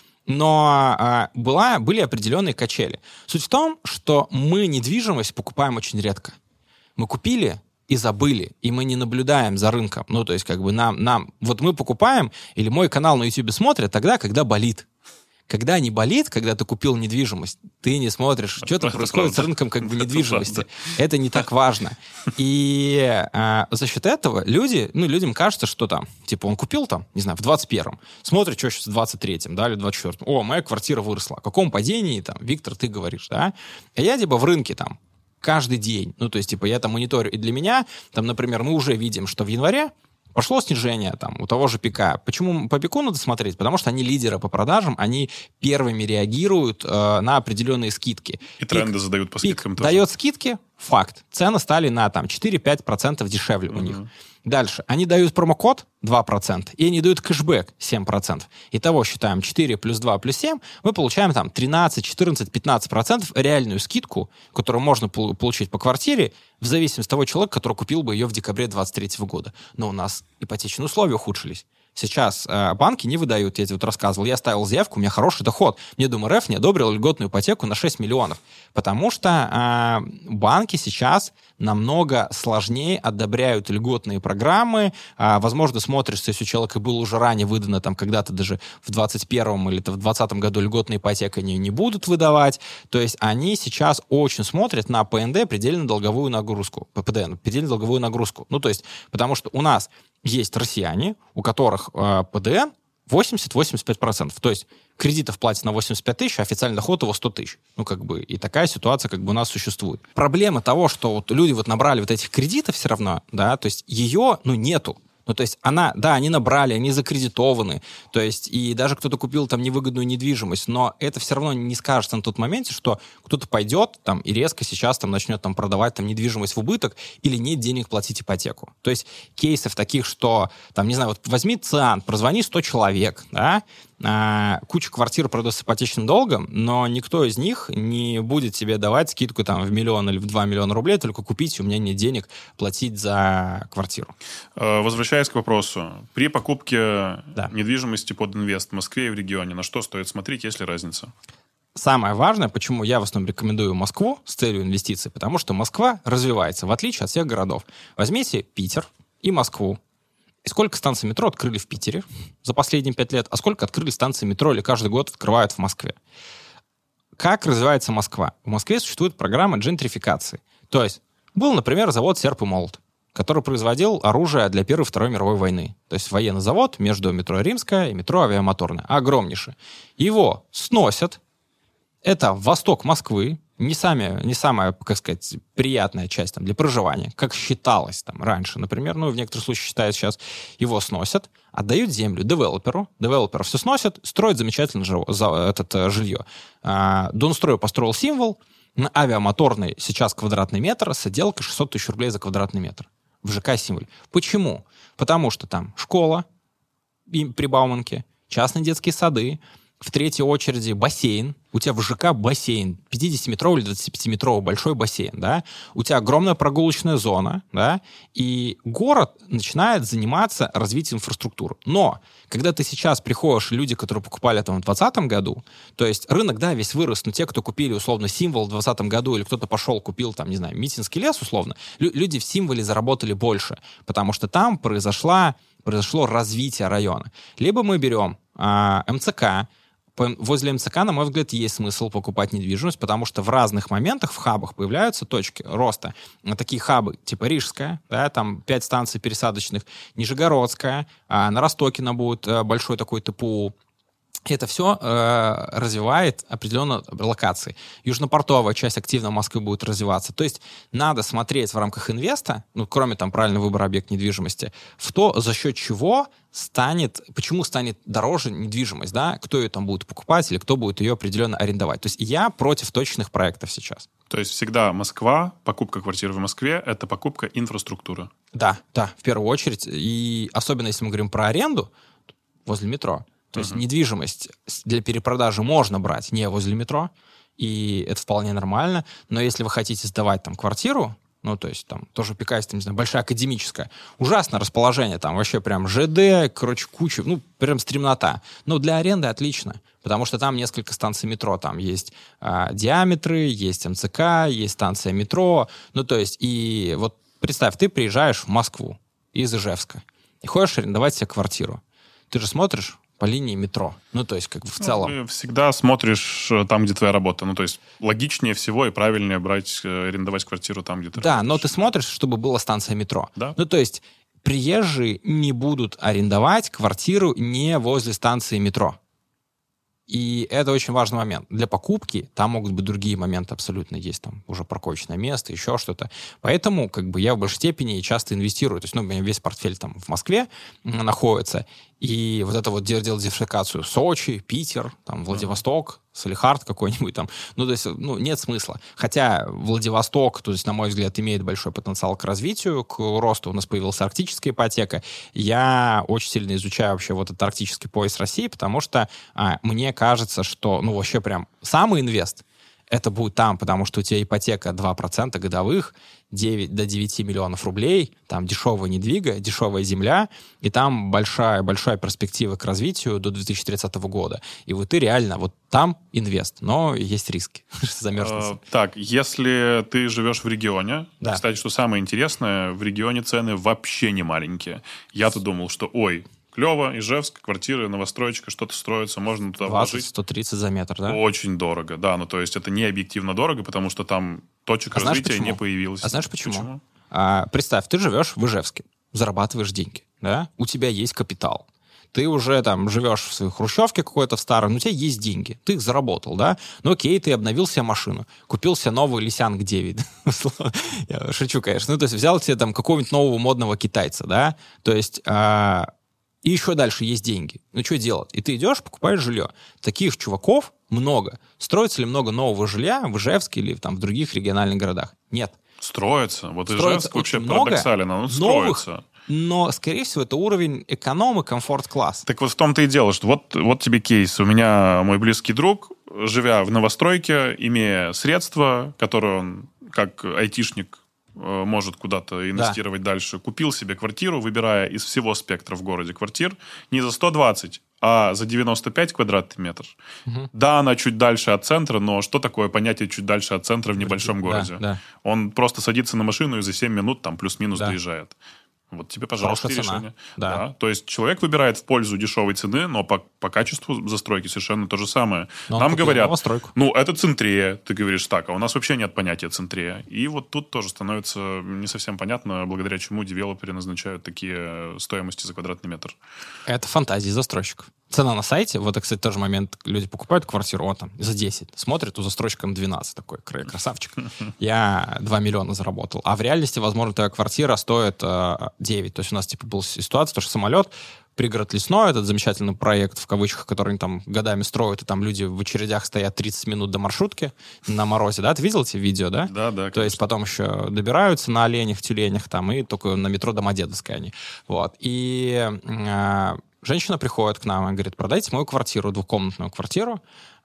но были определенные качели. Суть в том, что мы недвижимость покупаем очень редко. Мы купили и забыли, и мы не наблюдаем за рынком. Ну, то есть, как бы вот мы покупаем, или мой канал на YouTube смотрят тогда, когда болит. Когда не болит, когда ты купил недвижимость, ты не смотришь, что там происходит с рынком как бы недвижимости. Это не так важно. И за счет этого людям кажется, что там, типа он купил там, не знаю, в 21-м, смотрит, что сейчас в 23-м, да, или 24-м. О, моя квартира выросла. О каком падении там, Виктор, ты говоришь, да? А я типа в рынке там каждый день. Ну, то есть, типа, я там мониторю. И для меня, там, например, мы уже видим, что в январе пошло снижение там у того же ПИКа. Почему по ПИКу надо смотреть? Потому что они лидеры по продажам, они первыми реагируют на определенные скидки. И тренды задают по скидкам тоже. Дает скидки, факт. Цены стали на там 4-5% дешевле у них. Дальше. Они дают промокод 2%, и они дают кэшбэк 7%. Итого считаем 4 плюс 2 плюс 7, мы получаем там 13, 14, 15% реальную скидку, которую можно получить по квартире, в зависимости от того человека, который купил бы ее в декабре 2023 года. Но у нас ипотечные условия ухудшились. Сейчас банки не выдают, я тебе вот рассказывал, я ставил заявку, у меня хороший доход. Мне РФ не одобрил льготную ипотеку на 6 миллионов, потому что банки сейчас намного сложнее одобряют льготные программы. Возможно, смотришься, если у человека был уже ранее выдано, там когда-то даже в 21-м или в 2020 году льготная ипотека не будут выдавать. То есть они сейчас очень смотрят на ПНД, предельно-долговую нагрузку, ПДН, предельно-долговую нагрузку. Ну, то есть, потому что у нас есть россияне, у которых ПДН 80-85%. То есть кредитов платят на 85 тысяч, а официальный доход его 100 тысяч. И такая ситуация у нас существует. Проблема того, что люди набрали этих кредитов все равно, да, то есть ее, нету. То есть они набрали, они закредитованы, то есть и даже кто-то купил там невыгодную недвижимость, но это все равно не скажется на тот моменте, что кто-то пойдет там и резко сейчас там начнет там продавать там недвижимость в убыток или нет денег платить ипотеку. То есть кейсов таких, что там, не знаю, возьми ЦИАН, прозвони 100 человек, да, куча квартир продают с ипотечным долгом, но никто из них не будет тебе давать скидку там в 1 миллион или в 2 миллиона рублей, только купить, у меня нет денег платить за квартиру. Возвращаясь к вопросу, при покупке недвижимости под инвест в Москве и в регионе, на что стоит смотреть, есть ли разница? Самое важное, почему я в основном рекомендую Москву с целью инвестиций, потому что Москва развивается, в отличие от всех городов. Возьмите Питер и Москву. И сколько станций метро открыли в Питере за последние 5 лет, а сколько открыли станций метро или каждый год открывают в Москве? Как развивается Москва? В Москве существует программа джентрификации. То есть был, например, завод «Серп и молот», который производил оружие для Первой и Второй мировой войны. То есть военный завод между метро Римская и метро Авиамоторная. Огромнейший. Его сносят. Это восток Москвы. Не самая, как сказать, приятная часть там, для проживания, как считалось там раньше, например, в некоторых случаях считают сейчас, его сносят, отдают землю девелоперу, девелопер все сносит, строит замечательное жилье. Донстрой построил символ, на Авиамоторной сейчас квадратный метр с отделкой 600 тысяч рублей за квадратный метр. В ЖК символе. Почему? Потому что там школа при Бауманке, частные детские сады, в третьей очереди бассейн. У тебя в ЖК бассейн, 50-метровый или 25-метровый большой бассейн, да? У тебя огромная прогулочная зона, да? И город начинает заниматься развитием инфраструктуры. Но, когда ты сейчас приходишь, люди, которые покупали там в 2020 году, то есть рынок, да, весь вырос, но те, кто купили, условно, символ в 2020 году, или кто-то пошел, купил там, не знаю, Митинский лес, условно, люди в символе заработали больше, потому что там произошло развитие района. Либо мы берем МЦК. Возле МЦК, на мой взгляд, есть смысл покупать недвижимость, потому что в разных моментах в хабах появляются точки роста. Такие хабы, типа Рижская, да, там 5 станций пересадочных, Нижегородская, на Ростокино будет большой такой ТПУ. Это все развивает определенные локации. Южнопортовая часть активно Москвы будет развиваться. То есть надо смотреть в рамках инвеста, кроме там правильного выбора объекта недвижимости, в то, за счет чего почему станет дороже недвижимость, да, кто ее там будет покупать или кто будет ее определенно арендовать. То есть я против точных проектов сейчас. То есть всегда Москва, покупка квартиры в Москве — это покупка инфраструктуры. Да, в первую очередь. И особенно если мы говорим про аренду возле метро, то есть недвижимость для перепродажи можно брать не возле метро, и это вполне нормально. Но если вы хотите сдавать там квартиру, то есть там тоже Пикассо, не знаю, большая академическая, ужасное расположение, там вообще прям ЖД, куча, прям стремнота. Но для аренды отлично, потому что там несколько станций метро, там есть диаметры, есть МЦК, есть станция метро. То есть, и вот представь, ты приезжаешь в Москву из Ижевска и хочешь арендовать себе квартиру. Ты же смотришь по линии метро. То есть, в целом. Всегда смотришь там, где твоя работа. То есть, логичнее всего и правильнее арендовать квартиру там, где ты работаешь. Но ты смотришь, чтобы была станция метро. Да. То есть, приезжие не будут арендовать квартиру не возле станции метро. И это очень важный момент. Для покупки там могут быть другие моменты абсолютно. Есть там уже парковочное место, еще что-то. Поэтому я в большей степени часто инвестирую. То есть, у меня весь портфель там в Москве находится. И вот это вот делать диверсификацию. Сочи, Питер, там, Владивосток, Салехард какой-нибудь там. То есть, нет смысла. Хотя Владивосток, то есть, на мой взгляд, имеет большой потенциал к развитию, к росту. У нас появилась арктическая ипотека. Я очень сильно изучаю вообще вот этот арктический пояс России, потому что мне кажется, что, вообще прям самый инвест это будет там, потому что у тебя ипотека 2% годовых, 9 до 9 миллионов рублей, там дешевая недвига, дешевая земля, и там большая перспектива к развитию до 2030 года. И вот ты реально вот там инвест, но есть риски замерзнуться. Так, если ты живешь в регионе, кстати, что самое интересное, в регионе цены вообще не маленькие. Я-то думал, что клево, Ижевск, квартиры, новостроечка, что-то строится, можно туда вложить. 130 за метр, да? Очень дорого, да. То есть это не объективно дорого, потому что там точек развития не появилось. А знаешь почему? Представь, ты живешь в Ижевске, зарабатываешь деньги, да? У тебя есть капитал. ты уже там живешь в своей хрущевке какой-то в старой, но у тебя есть деньги, ты их заработал, да? Ну окей, ты обновил себе машину, купил себе новый Лисянг 9. Я шучу, конечно. Ну, то есть взял себе там какого-нибудь нового модного китайца, да? То есть... И еще дальше есть деньги. Ну, что делать? И ты идешь, покупаешь жилье. Таких чуваков много. Строится ли много нового жилья в Ижевске или там в других региональных городах? Нет. Строится. Вот Строится Ижевск вообще много парадоксален, он новых, строится. но, скорее всего, это уровень эконом и комфорт-класс. Так вот в том-то и дело, что вот тебе кейс. У меня мой близкий друг, живя в новостройке, имея средства, которые он, как айтишник, может куда-то инвестировать дальше, купил себе квартиру, выбирая из всего спектра в городе квартир не за 120, а за 95 квадратных метров. Угу. Да, она чуть дальше от центра, но что такое понятие чуть дальше от центра в небольшом городе? Да. Он просто садится на машину и за 7 минут там плюс-минус доезжает. Вот тебе, пожалуйста, решение. Да. То есть человек выбирает в пользу дешевой цены, но по качеству застройки совершенно то же самое. Но нам говорят, новостройку. ну, это центрея. Ты говоришь, так, а у нас вообще нет понятия центрея. И вот тут тоже становится не совсем понятно, благодаря чему девелоперы назначают такие стоимости за квадратный метр. Это фантазии застройщиков. Цена на сайте, вот это, кстати, тоже момент, люди покупают квартиру, там, за 10, смотрят, у застройщика 12, такой красавчик. Я 2 миллиона заработал. А в реальности, возможно, твоя квартира стоит 9. То есть у нас, типа, была ситуация, что самолет, пригород Лесной, этот замечательный проект, в кавычках, который они там годами строят, и там люди в очередях стоят 30 минут до маршрутки на морозе, да? Ты видел эти видео, да? Да, конечно. То есть потом еще добираются на оленях, тюленях там, и только на метро Домодедовской они. Вот. И... женщина приходит к нам и говорит, продайте мою квартиру, двухкомнатную квартиру,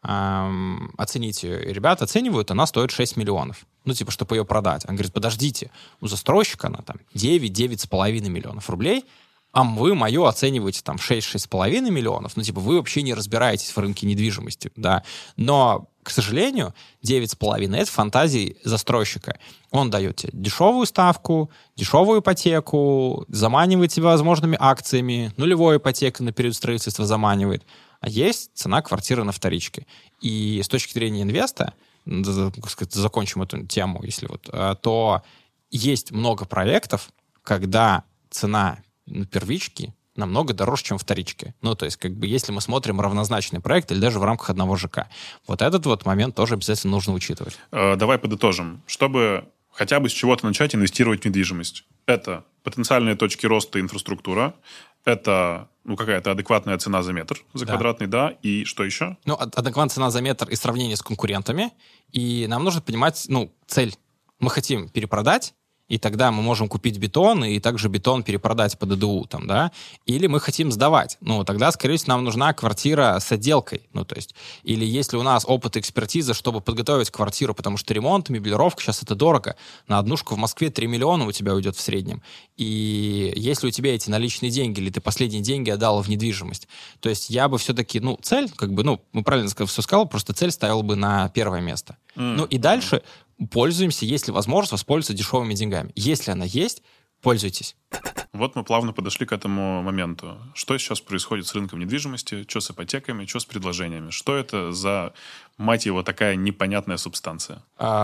оцените ее. И ребята оценивают, она стоит 6 миллионов. Ну, типа, чтобы ее продать. Он говорит, подождите, у застройщика она там 9-9,5 миллионов рублей, а вы мою оцениваете там 6-6,5 миллионов. Ну, типа, вы вообще не разбираетесь в рынке недвижимости, да. Но, к сожалению, 9,5 — это фантазии застройщика. Он дает тебе дешевую ставку, дешевую ипотеку, заманивает тебя возможными акциями, нулевая ипотека на период строительства заманивает. А есть цена квартиры на вторичке. И с точки зрения инвеста, закончим эту тему, если вот, то есть много проектов, когда цена на первичке намного дороже, чем вторички. Ну, то есть, как бы, если мы смотрим равнозначный проект или даже в рамках одного ЖК. Вот этот вот момент тоже обязательно нужно учитывать. Давай подытожим. Чтобы хотя бы с чего-то начать инвестировать в недвижимость. Это потенциальные точки роста инфраструктура, это какая-то адекватная цена за метр, за квадратный, да, и что еще? Ну, адекватная цена за метр и сравнение с конкурентами, и нам нужно понимать, цель. Мы хотим перепродать, и тогда мы можем купить бетон, и также бетон перепродать по ДДУ, там, да, или мы хотим сдавать. Тогда, скорее всего, нам нужна квартира с отделкой, то есть, или если у нас опыт и экспертиза, чтобы подготовить квартиру, потому что ремонт, меблировка, сейчас это дорого. На однушку в Москве 3 миллиона у тебя уйдет в среднем. И если у тебя эти наличные деньги, или ты последние деньги отдал в недвижимость, то есть я бы все-таки, цель, мы правильно все сказал, просто цель ставил бы на первое место. И дальше пользуемся, если возможность, воспользоваться дешевыми деньгами. Если она есть, пользуйтесь. Вот мы плавно подошли к этому моменту. Что сейчас происходит с рынком недвижимости, что с ипотеками, что с предложениями? Что это за, мать его, такая непонятная субстанция?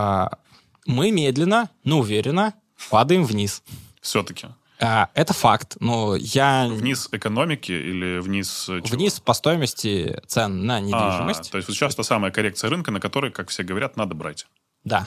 Мы медленно, но уверенно падаем вниз. Все-таки? Это факт. Вниз экономики или вниз чего? Вниз по стоимости цен на недвижимость. То есть сейчас та самая коррекция рынка, на которой, как все говорят, надо брать. Да.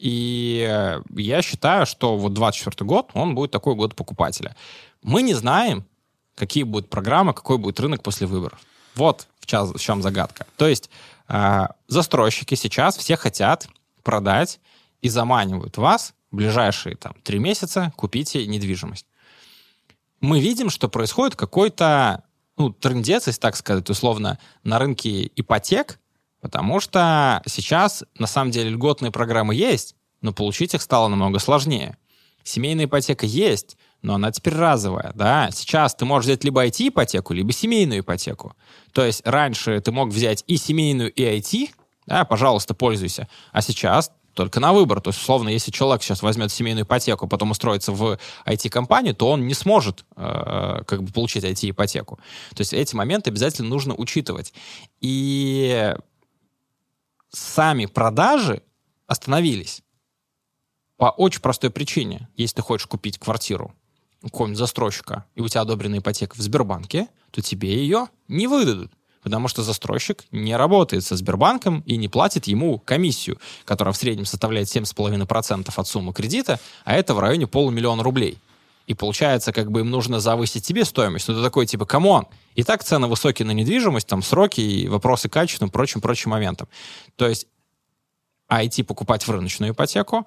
И я считаю, что вот 2024 год, он будет такой год покупателя. Мы не знаем, какие будут программы, какой будет рынок после выборов. Вот в чем загадка. То есть застройщики сейчас все хотят продать и заманивают вас в ближайшие 3 месяца, купите недвижимость. Мы видим, что происходит какой-то трындец, если так сказать, условно, на рынке ипотек, потому что сейчас, на самом деле, льготные программы есть, но получить их стало намного сложнее. Семейная ипотека есть, но она теперь разовая, да. Сейчас ты можешь взять либо IT-ипотеку, либо семейную ипотеку. То есть раньше ты мог взять и семейную, и IT, да, пожалуйста, пользуйся. А сейчас только на выбор. То есть, условно, если человек сейчас возьмет семейную ипотеку, потом устроится в IT-компанию, то он не сможет получить IT-ипотеку. То есть эти моменты обязательно нужно учитывать. И сами продажи остановились по очень простой причине. Если ты хочешь купить квартиру какого-нибудь застройщика, и у тебя одобрена ипотека в Сбербанке, то тебе ее не выдадут. Потому что застройщик не работает со Сбербанком и не платит ему комиссию, которая в среднем составляет 7,5% от суммы кредита, а это в районе 500 000 рублей. И получается, как бы им нужно завысить тебе стоимость. Ну, ты такой, типа, камон. И так цены высокие на недвижимость, там сроки и вопросы качества, прочим моментам. То есть, а идти покупать в рыночную ипотеку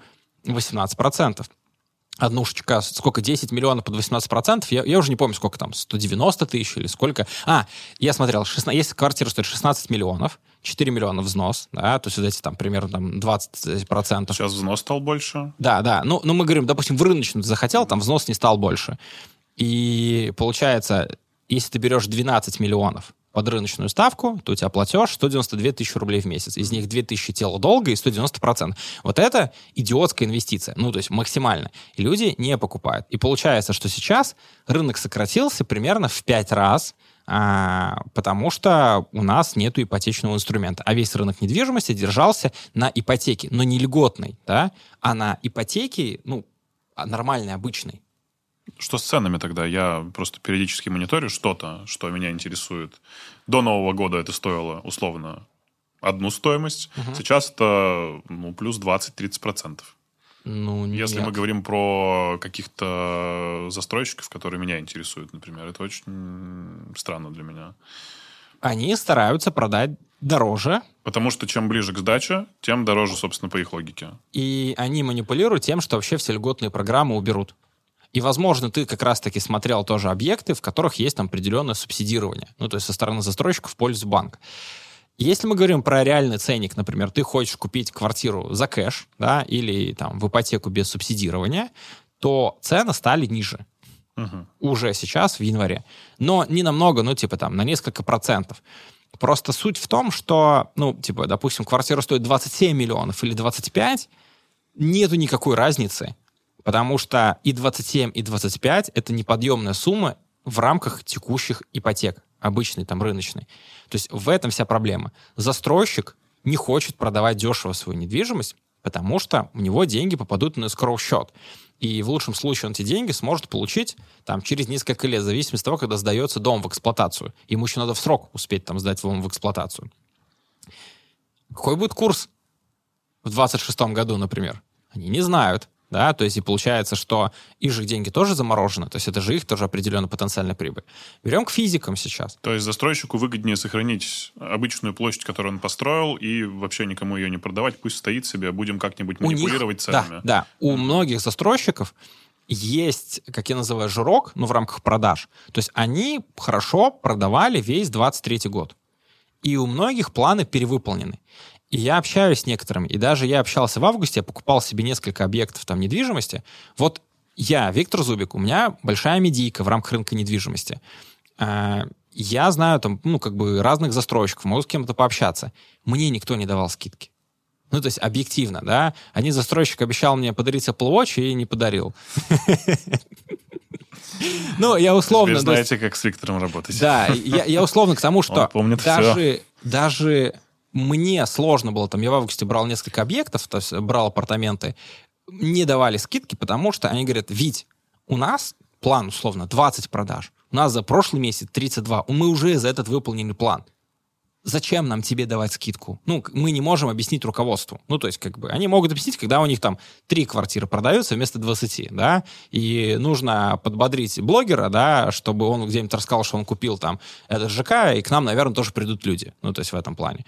18%. Однушечка, сколько, 10 миллионов под 18%, я уже не помню, сколько там, 190 тысяч или сколько. Я смотрел, если квартира стоит 16 миллионов, 4 миллиона взнос, да, то есть вот эти там примерно там 20%. Сейчас взнос стал больше. Да. Ну, мы говорим, допустим, в рыночную ты захотел, там взнос не стал больше. И получается, если ты берешь 12 миллионов под рыночную ставку, то у тебя платеж 192 тысячи рублей в месяц. Из них 2 тысячи тело долга и 190%. Вот это идиотская инвестиция. Ну, то есть максимально. И люди не покупают. И получается, что сейчас рынок сократился примерно в 5 раз, потому что у нас нету ипотечного инструмента. А весь рынок недвижимости держался на ипотеке, но не льготной, да, а на ипотеке, нормальной, обычной. Что с ценами тогда? Я просто периодически мониторю что-то, что меня интересует. До Нового года это стоило, условно, одну стоимость. Сейчас это плюс 20-30%. Если мы говорим про каких-то застройщиков, которые меня интересуют, например, это очень странно для меня. Они стараются продать дороже. Потому что чем ближе к сдаче, тем дороже, собственно, по их логике. И они манипулируют тем, что вообще все льготные программы уберут. И, возможно, ты как раз-таки смотрел тоже объекты, в которых есть там определенное субсидирование. Ну, то есть со стороны застройщика в пользу банка. Если мы говорим про реальный ценник, например, ты хочешь купить квартиру за кэш, да, или там в ипотеку без субсидирования, то цены стали ниже. Уже сейчас, в январе. Но не намного, на несколько процентов. Просто суть в том, что, допустим, квартира стоит 27 миллионов или 25, нету никакой разницы. Потому что и 27, и 25 — это неподъемная сумма в рамках текущих ипотек, обычной, там, рыночной. То есть в этом вся проблема. Застройщик не хочет продавать дешево свою недвижимость, потому что у него деньги попадут на эскроу-счет. И в лучшем случае он эти деньги сможет получить там, через несколько лет, в зависимости от того, когда сдается дом в эксплуатацию. Ему еще надо в срок успеть там, сдать дом в эксплуатацию. Какой будет курс в 2026 году, например? Они не знают. Да, то есть и получается, что их же деньги тоже заморожены, то есть это же их тоже определенная потенциальная прибыль. Берем к физикам сейчас. То есть застройщику выгоднее сохранить обычную площадь, которую он построил, и вообще никому ее не продавать, пусть стоит себе, будем как-нибудь манипулировать ценами. Да, у многих застройщиков есть, как я называю, жирок, в рамках продаж. То есть они хорошо продавали весь 23 год. И у многих планы перевыполнены. И я общаюсь с некоторыми, и даже я общался в августе, я покупал себе несколько объектов там недвижимости. Вот я, Виктор Зубик, у меня большая медийка в рамках рынка недвижимости. Я знаю там, разных застройщиков, могу с кем-то пообщаться. Мне никто не давал скидки. То есть объективно, да. Один застройщик обещал мне подарить Apple Watch и не подарил. Я условно... Вы знаете, как с Виктором работать. Да, я условно к тому, что даже мне сложно было, я в августе брал несколько объектов, то есть брал апартаменты, не давали скидки, потому что они говорят: Вить, у нас план, условно, 20 продаж, у нас за прошлый месяц 32, мы уже за этот выполнили план. Зачем нам тебе давать скидку? Мы не можем объяснить руководству. То есть, они могут объяснить, когда у них там 3 квартиры продаются вместо 20, да, и нужно подбодрить блогера, да, чтобы он где-нибудь рассказал, что он купил там этот ЖК, и к нам, наверное, тоже придут люди. То есть в этом плане.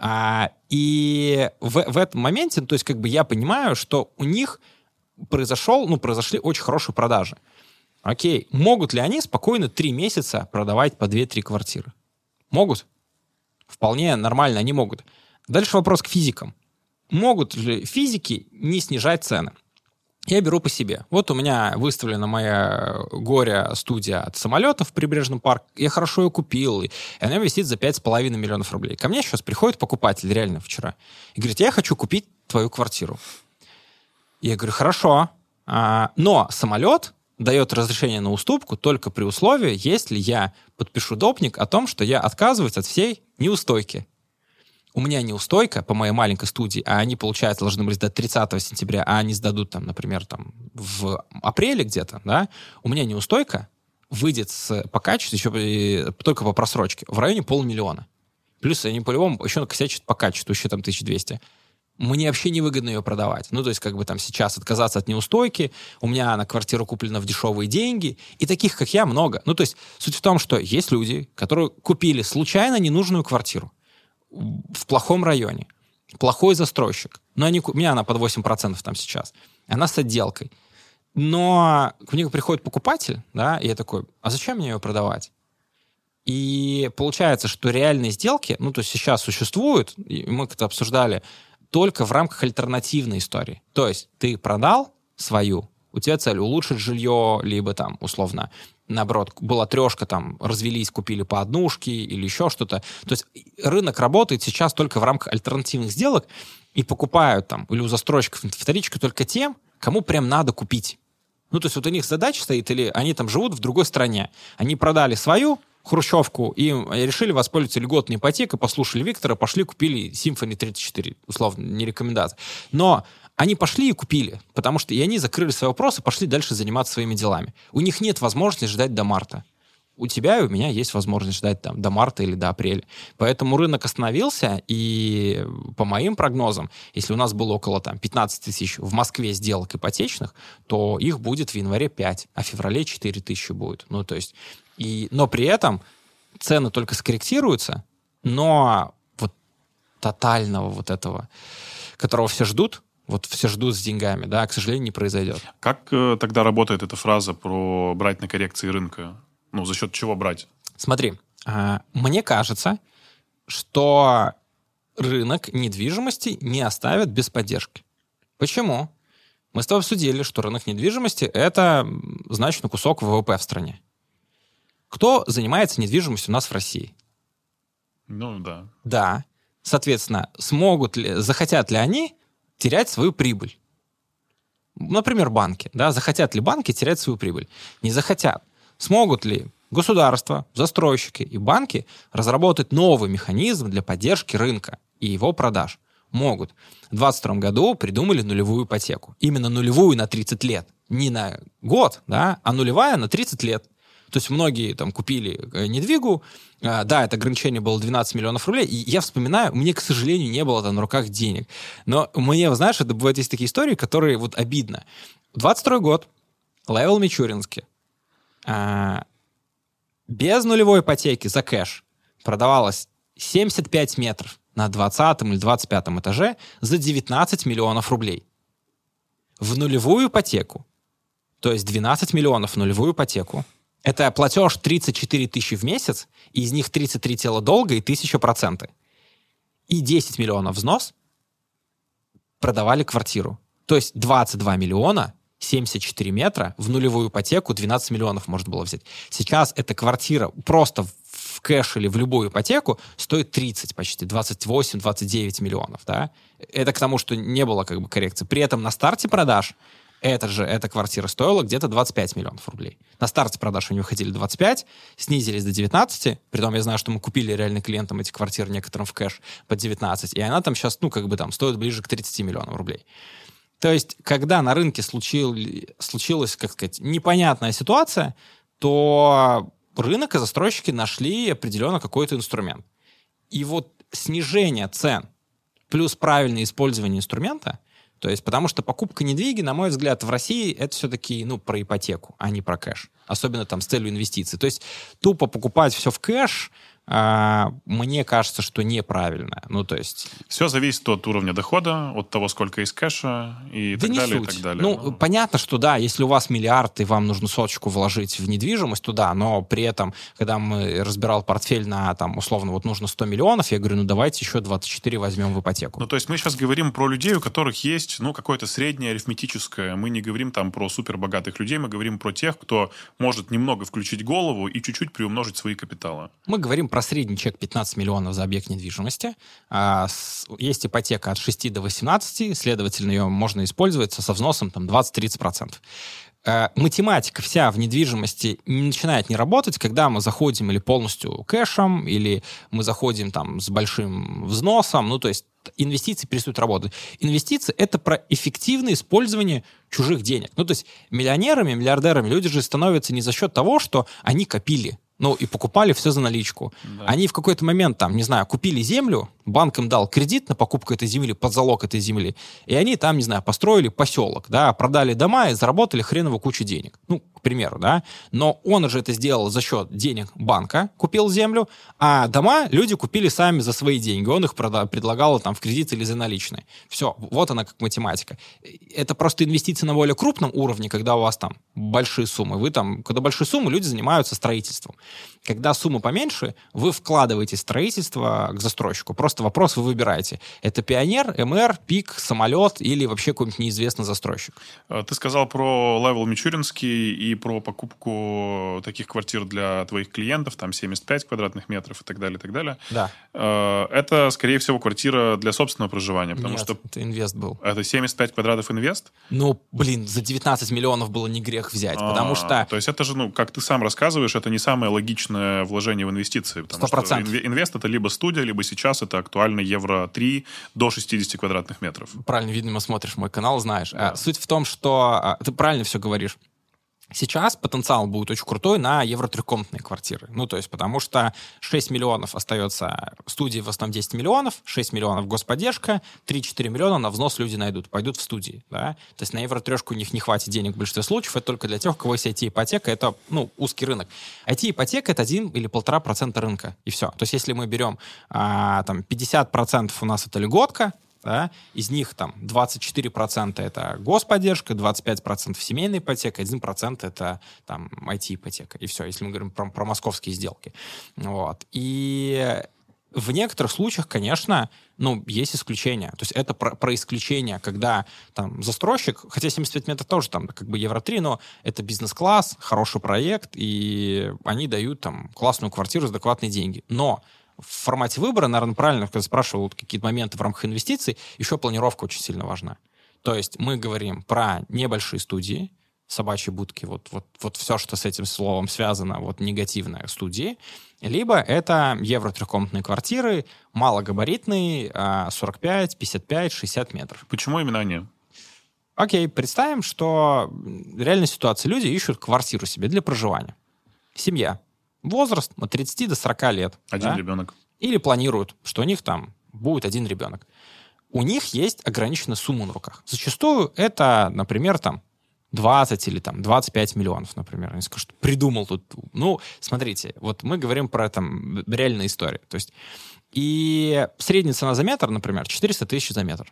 И в этом моменте, то есть, я понимаю, что у них произошли очень хорошие продажи. Окей, могут ли они спокойно 3 месяца продавать по 2-3 квартиры? Могут? Вполне нормально они могут. Дальше вопрос к физикам. Могут ли физики не снижать цены? Я беру по себе. Вот у меня выставлена моя горе-студия от самолетов в Прибрежном парке. Я хорошо ее купил, и она висит за 5,5 миллионов рублей. Ко мне сейчас приходит покупатель, реально вчера, и говорит: я хочу купить твою квартиру. Я говорю: хорошо, но самолет дает разрешение на уступку только при условии, если я подпишу допник о том, что я отказываюсь от всей неустойки. у меня неустойка по моей маленькой студии, а они, получается, должны были сдать 30 сентября, а они сдадут, там, например, там, в апреле где-то, да, у меня неустойка выйдет по качеству, еще только по просрочке, в районе 500 000. Плюс они по-любому еще накосячат по качеству, еще там 1200. Мне вообще невыгодно ее продавать. Ну, то есть, как бы там сейчас отказаться от неустойки, у меня на квартиру куплена в дешевые деньги, и таких, как я, много. Ну, то есть, суть в том, что есть люди, которые купили случайно ненужную квартиру в плохом районе, плохой застройщик, но у меня она под 8% там сейчас, она с отделкой. Но к мне приходит покупатель, да, и я такой, а зачем мне ее продавать? И получается, что реальные сделки, ну, то есть сейчас существуют, и мы это обсуждали, только в рамках альтернативной истории. То есть ты продал свою, у тебя цель улучшить жилье, либо там, условно, наоборот, была трешка, там, развелись, купили по однушке или еще что-то. То есть рынок работает сейчас только в рамках альтернативных сделок, и покупают там, или у застройщиков вторичку только тем, кому прям надо купить. Ну, то есть вот у них задача стоит, или они там живут в другой стране. Они продали свою хрущевку и решили воспользоваться льготной ипотекой, послушали Виктора, пошли, купили Symphony 34, условно, не рекомендация. Но они пошли и купили, потому что и они закрыли свои вопросы, пошли дальше заниматься своими делами. У них нет возможности ждать до марта. У тебя и у меня есть возможность ждать там, до марта или до апреля. Поэтому рынок остановился, и по моим прогнозам, если у нас было около там, 15 тысяч в Москве сделок ипотечных, то их будет в январе 5, а в феврале 4 тысячи будет. Ну, то есть, но при этом цены только скорректируются, но вот тотального вот этого, которого все ждут, вот все ждут с деньгами, да, к сожалению, не произойдет. Как тогда работает эта фраза про брать на коррекции рынка? Ну, за счет чего брать? Смотри, мне кажется, что рынок недвижимости не оставят без поддержки. Почему? Мы с тобой обсудили, что рынок недвижимости – это значительный кусок ВВП в стране. Кто занимается недвижимостью у нас в России? Ну, да. Да. Соответственно, захотят ли они терять свою прибыль? Например, банки. Да? Захотят ли банки терять свою прибыль? Не захотят. Смогут ли государство, застройщики и банки разработать новый механизм для поддержки рынка и его продаж? Могут. В 2022 году придумали нулевую ипотеку. Именно нулевую на 30 лет. Не на год, да, а нулевая на 30 лет. То есть многие там купили недвигу, да, это ограничение было 12 миллионов рублей, и я вспоминаю, мне, к сожалению, не было там на руках денег. Но мне, знаешь, это бывают есть такие истории, которые вот обидно. 22 год, Левел Мичуринский, без нулевой ипотеки за кэш продавалось 75 метров на 20 или 25 этаже за 19 миллионов рублей. В нулевую ипотеку, то есть 12 миллионов в нулевую ипотеку, это платеж 34 тысячи в месяц, и из них 33 тела долга и 1000%. И 10 миллионов взнос продавали квартиру. То есть 22 миллиона 74 метра, в нулевую ипотеку 12 миллионов можно было взять. Сейчас эта квартира просто в кэш или в любую ипотеку стоит 30 почти, 28-29 миллионов. Да? Это к тому, что не было как бы коррекции. При этом на старте продаж эта квартира стоила где-то 25 миллионов рублей. На старте продаж у нее выходили 25, снизились до 19, притом я знаю, что мы купили реально клиентам эти квартиры некоторым в кэш под 19, и она там сейчас, стоит ближе к 30 миллионам рублей. То есть, когда на рынке случилась, как сказать, непонятная ситуация, то рынок и застройщики нашли определенно какой-то инструмент. И вот снижение цен плюс правильное использование инструмента, то есть, потому что покупка недвиги, на мой взгляд, в России это все-таки, про ипотеку, а не про кэш. Особенно там с целью инвестиций. То есть, тупо покупать все в кэш, мне кажется, что неправильно. Все зависит от уровня дохода, от того, сколько есть кэша и так далее, и так далее. Понятно, что да, если у вас миллиард, и вам нужно соточку вложить в недвижимость, то да, но при этом, когда мы разбирал портфель на, условно, нужно 100 миллионов, я говорю, давайте еще 24 возьмем в ипотеку. То есть мы сейчас говорим про людей, у которых есть, какое-то среднее арифметическое. Мы не говорим там про супербогатых людей, мы говорим про тех, кто может немного включить голову и чуть-чуть приумножить свои капиталы. Мы говорим про средний чек 15 миллионов за объект недвижимости. Есть ипотека от 6 до 18, следовательно, ее можно использовать со взносом 20-30%. математика вся в недвижимости начинает не работать, когда мы заходим или полностью кэшем, или мы заходим там с большим взносом, ну, то есть инвестиции перестают работать. Инвестиции — это про эффективное использование чужих денег. Ну, то есть миллионерами, миллиардерами люди же становятся не за счет того, что они копили, ну, и покупали все за наличку. Да. Они в какой-то момент, там, не знаю, купили землю, банк им дал кредит на покупку этой земли, под залог этой земли, и они там, не знаю, построили поселок, да, продали дома и заработали хреново кучу денег. Ну, к примеру, да. Но он же это сделал за счет денег банка, купил землю, а дома люди купили сами за свои деньги. Он их предлагал там в кредит или за наличные. Все, вот она как математика. Это просто инвестиции на более крупном уровне, когда у вас там большие суммы. Вы там, когда большие суммы, люди занимаются строительством. Когда суммы поменьше, вы вкладываете строительство к застройщику. Просто вопрос вы выбираете. Это Пионер, МР, ПИК, самолет или вообще какой-нибудь неизвестный застройщик. Ты сказал про Level Мичуринский и про покупку таких квартир для твоих клиентов, там 75 квадратных метров и так далее, и так далее. Да. Это, скорее всего, квартира для собственного проживания, потому Нет, что... это инвест был. Это 75 квадратов инвест? Ну, блин, за 19 миллионов было не грех взять, потому что... То есть это же, ну, как ты сам рассказываешь, это не самое логичное вложение в инвестиции. Потому 100%. что инвест — это либо студия, либо сейчас это актуально евро 3 до 60 квадратных метров. Правильно, видимо, смотришь мой канал, знаешь. Да. Суть в том, что... Ты правильно все говоришь. Сейчас потенциал будет очень крутой на евро-трехкомнатные квартиры. Ну, то есть, потому что 6 миллионов остается студии, в основном 10 миллионов, 6 миллионов господдержка, 3-4 миллиона на взнос люди найдут, пойдут в студии, да. То есть на евро-трешку у них не хватит денег в большинстве случаев, это только для тех, у кого есть IT-ипотека, это, ну, узкий рынок. IT-ипотека — это 1 или 1,5% рынка, и все. То есть если мы берем, там, 50% у нас это льготка, да, из них там 24% это господдержка, 25% семейная ипотека, 1% это там IT-ипотека. И все, если мы говорим про московские сделки. Вот. И в некоторых случаях, конечно, ну, есть исключения. То есть это про исключения, когда там застройщик, хотя 75 метров тоже там как бы евро 3, но это бизнес-класс, хороший проект, и они дают там классную квартиру за адекватные деньги. Но в формате выбора, наверное, правильно, когда спрашивал вот какие-то моменты в рамках инвестиций, еще планировка очень сильно важна. То есть мы говорим про небольшие студии, собачьи будки, вот все, что с этим словом связано, вот негативные студии, либо это евро-трехкомнатные квартиры, малогабаритные, 45, 55, 60 метров. Почему именно они? Окей, представим, что реальная ситуация. Люди ищут квартиру себе для проживания. Семья. Возраст от 30 до 40 лет. Один ребенок. Или планируют, что у них там будет один ребенок. У них есть ограниченная сумма на руках. Зачастую это, например, там 20 или там 25 миллионов, например. Они скажут, придумал тут. Ну, смотрите, вот мы говорим про там реальные истории. То есть, и средняя цена за метр, например, 400 тысяч за метр.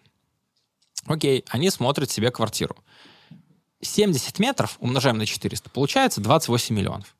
Окей, они смотрят себе квартиру. 70 метров умножаем на 400, получается 28 миллионов.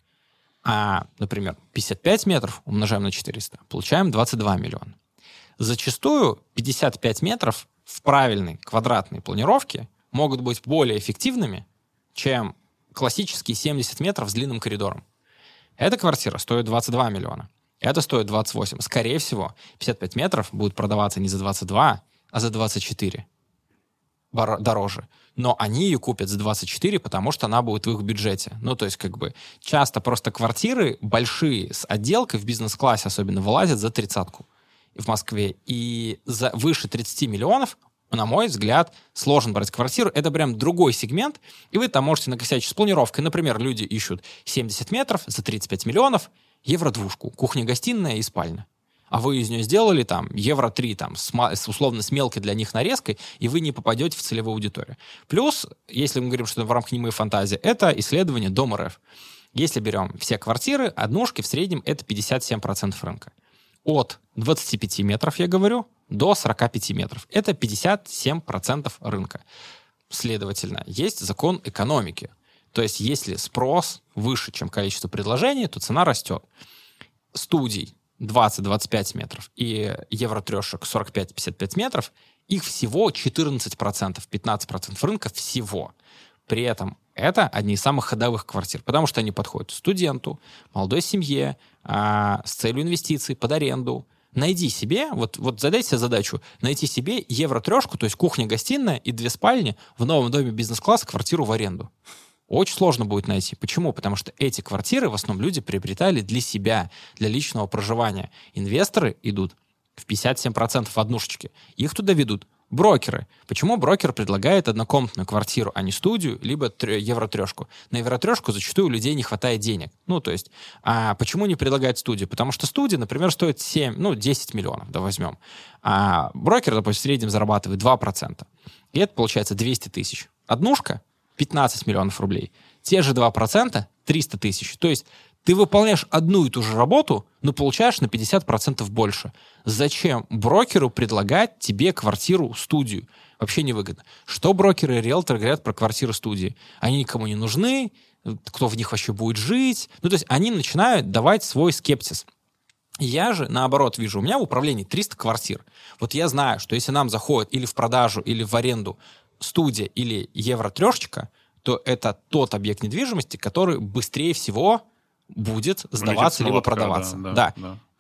А, например, 55 метров умножаем на 400, получаем 22 миллиона. Зачастую 55 метров в правильной квадратной планировке могут быть более эффективными, чем классические 70 метров с длинным коридором. Эта квартира стоит 22 миллиона. Это стоит 28. Скорее всего, 55 метров будут продаваться не за 22, а за 24. Дороже. Но они ее купят за 24, потому что она будет в их бюджете. Ну, то есть, как бы, часто просто квартиры большие с отделкой в бизнес-классе особенно вылазят за 30-ку в Москве. И за выше 30 миллионов, на мой взгляд, сложно брать квартиру. Это прям другой сегмент, и вы там можете накосячить с планировкой. Например, люди ищут 70 метров за 35 миллионов, евро-двушку, кухня-гостиная и спальня. А вы из нее сделали там евро 3, там, условно с мелкой для них нарезкой, и вы не попадете в целевую аудиторию. Плюс, если мы говорим, что в рамках немой фантазии, это исследование Дом.РФ. Если берем все квартиры, однушки в среднем это 57% рынка. От 25 метров, я говорю, до 45 метров. Это 57% рынка. Следовательно, есть закон экономики. То есть, если спрос выше, чем количество предложений, то цена растет. Студий 20-25 метров и евро-трешек 45-55 метров, их всего 14%, 15% рынка всего. При этом это одни из самых ходовых квартир, потому что они подходят студенту, молодой семье, с целью инвестиций, под аренду, Найди себе, вот задайте себе задачу, найти себе евро-трешку, то есть кухня-гостиная и 2 спальни в новом доме бизнес-класса, квартиру в аренду. Очень сложно будет найти. Почему? Потому что эти квартиры в основном люди приобретали для себя, для личного проживания. Инвесторы идут в 57% однушечки. Их туда ведут брокеры. Почему брокер предлагает однокомнатную квартиру, а не студию, либо евро-трешку? На евро-трешку зачастую у людей не хватает денег. То есть, а почему не предлагает студию? Потому что студия, например, стоит 10 миллионов, да, возьмем. А брокер, допустим, в среднем зарабатывает 2%. И это получается 200 тысяч. Однушка 15 миллионов рублей. Те же 2% 300 тысяч. То есть ты выполняешь одну и ту же работу, но получаешь на 50% больше. Зачем брокеру предлагать тебе квартиру-студию? Вообще невыгодно. Что брокеры и риэлторы говорят про квартиры-студии? Они никому не нужны, кто в них вообще будет жить? То есть они начинают давать свой скепсис. Я же, наоборот, вижу, у меня в управлении 300 квартир. Вот я знаю, что если нам заходит или в продажу, или в аренду студия или евро-трешечка, то это тот объект недвижимости, который быстрее всего будет сдаваться либо продаваться. Да.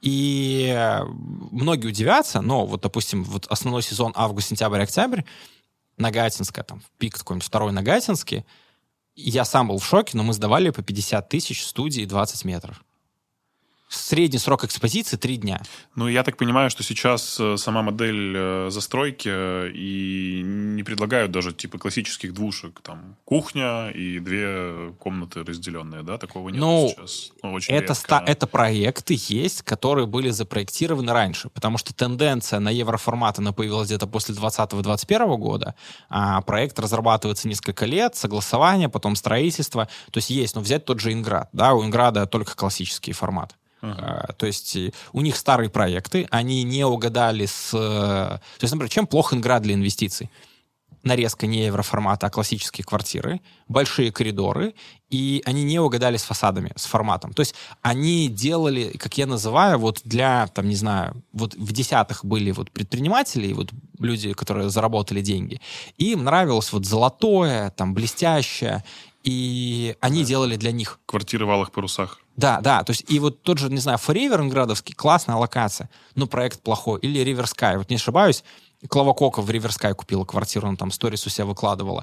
И многие удивятся, но вот, допустим, вот основной сезон август, сентябрь, октябрь, Нагатинская, там, пик какой-нибудь второй Нагатинский, я сам был в шоке, но мы сдавали по 50 тысяч студии 20 метров. Средний срок экспозиции 3 дня. Я так понимаю, что сейчас сама модель застройки и не предлагают даже типа классических двушек. Там кухня и 2 комнаты разделенные, да? Такого нет сейчас. Очень редко. Это проекты есть, которые были запроектированы раньше. Потому что тенденция на евроформат, она появилась где-то после 2020-2021 года. А проект разрабатывается несколько лет, согласование, потом строительство. То есть есть, взять тот же Инград. Да, у Инграда только классические форматы. То есть у них старые проекты, они не угадали с... То есть, например, чем плох Инград для инвестиций? Нарезка не евроформата, а классические квартиры, большие коридоры, и они не угадали с фасадами, с форматом. То есть они делали, как я называю, вот для, там, не знаю, вот в десятых были вот предприниматели, вот люди, которые заработали деньги, и им нравилось вот золотое, там, блестящее, и они делали для них. Квартиры в алых парусах. Да, то есть и вот тот же, не знаю, Форевер Инградовский, классная локация, но проект плохой. Или Риверскай, вот не ошибаюсь, Клава Кока в Риверскай купила квартиру, она там сторис у себя выкладывала.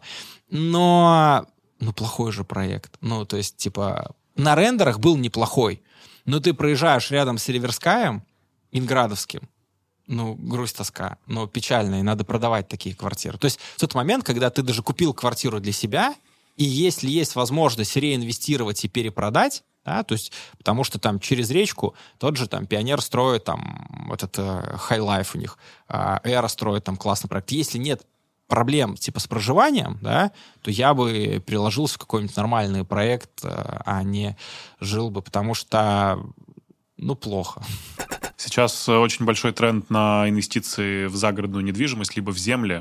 Но плохой же проект. То есть, типа, на рендерах был неплохой, но ты проезжаешь рядом с Риверскаем, Инградовским, грусть, тоска, печально, и надо продавать такие квартиры. То есть в тот момент, когда ты даже купил квартиру для себя, и если есть возможность реинвестировать и перепродать, да, то есть, потому что там через речку тот же там Пионер строит там этот High Life у них, Эра строит там классный проект. Если нет проблем типа с проживанием, да, то я бы приложился в какой-нибудь нормальный проект, а не жил бы, потому что, плохо. Сейчас очень большой тренд на инвестиции в загородную недвижимость, либо в земли.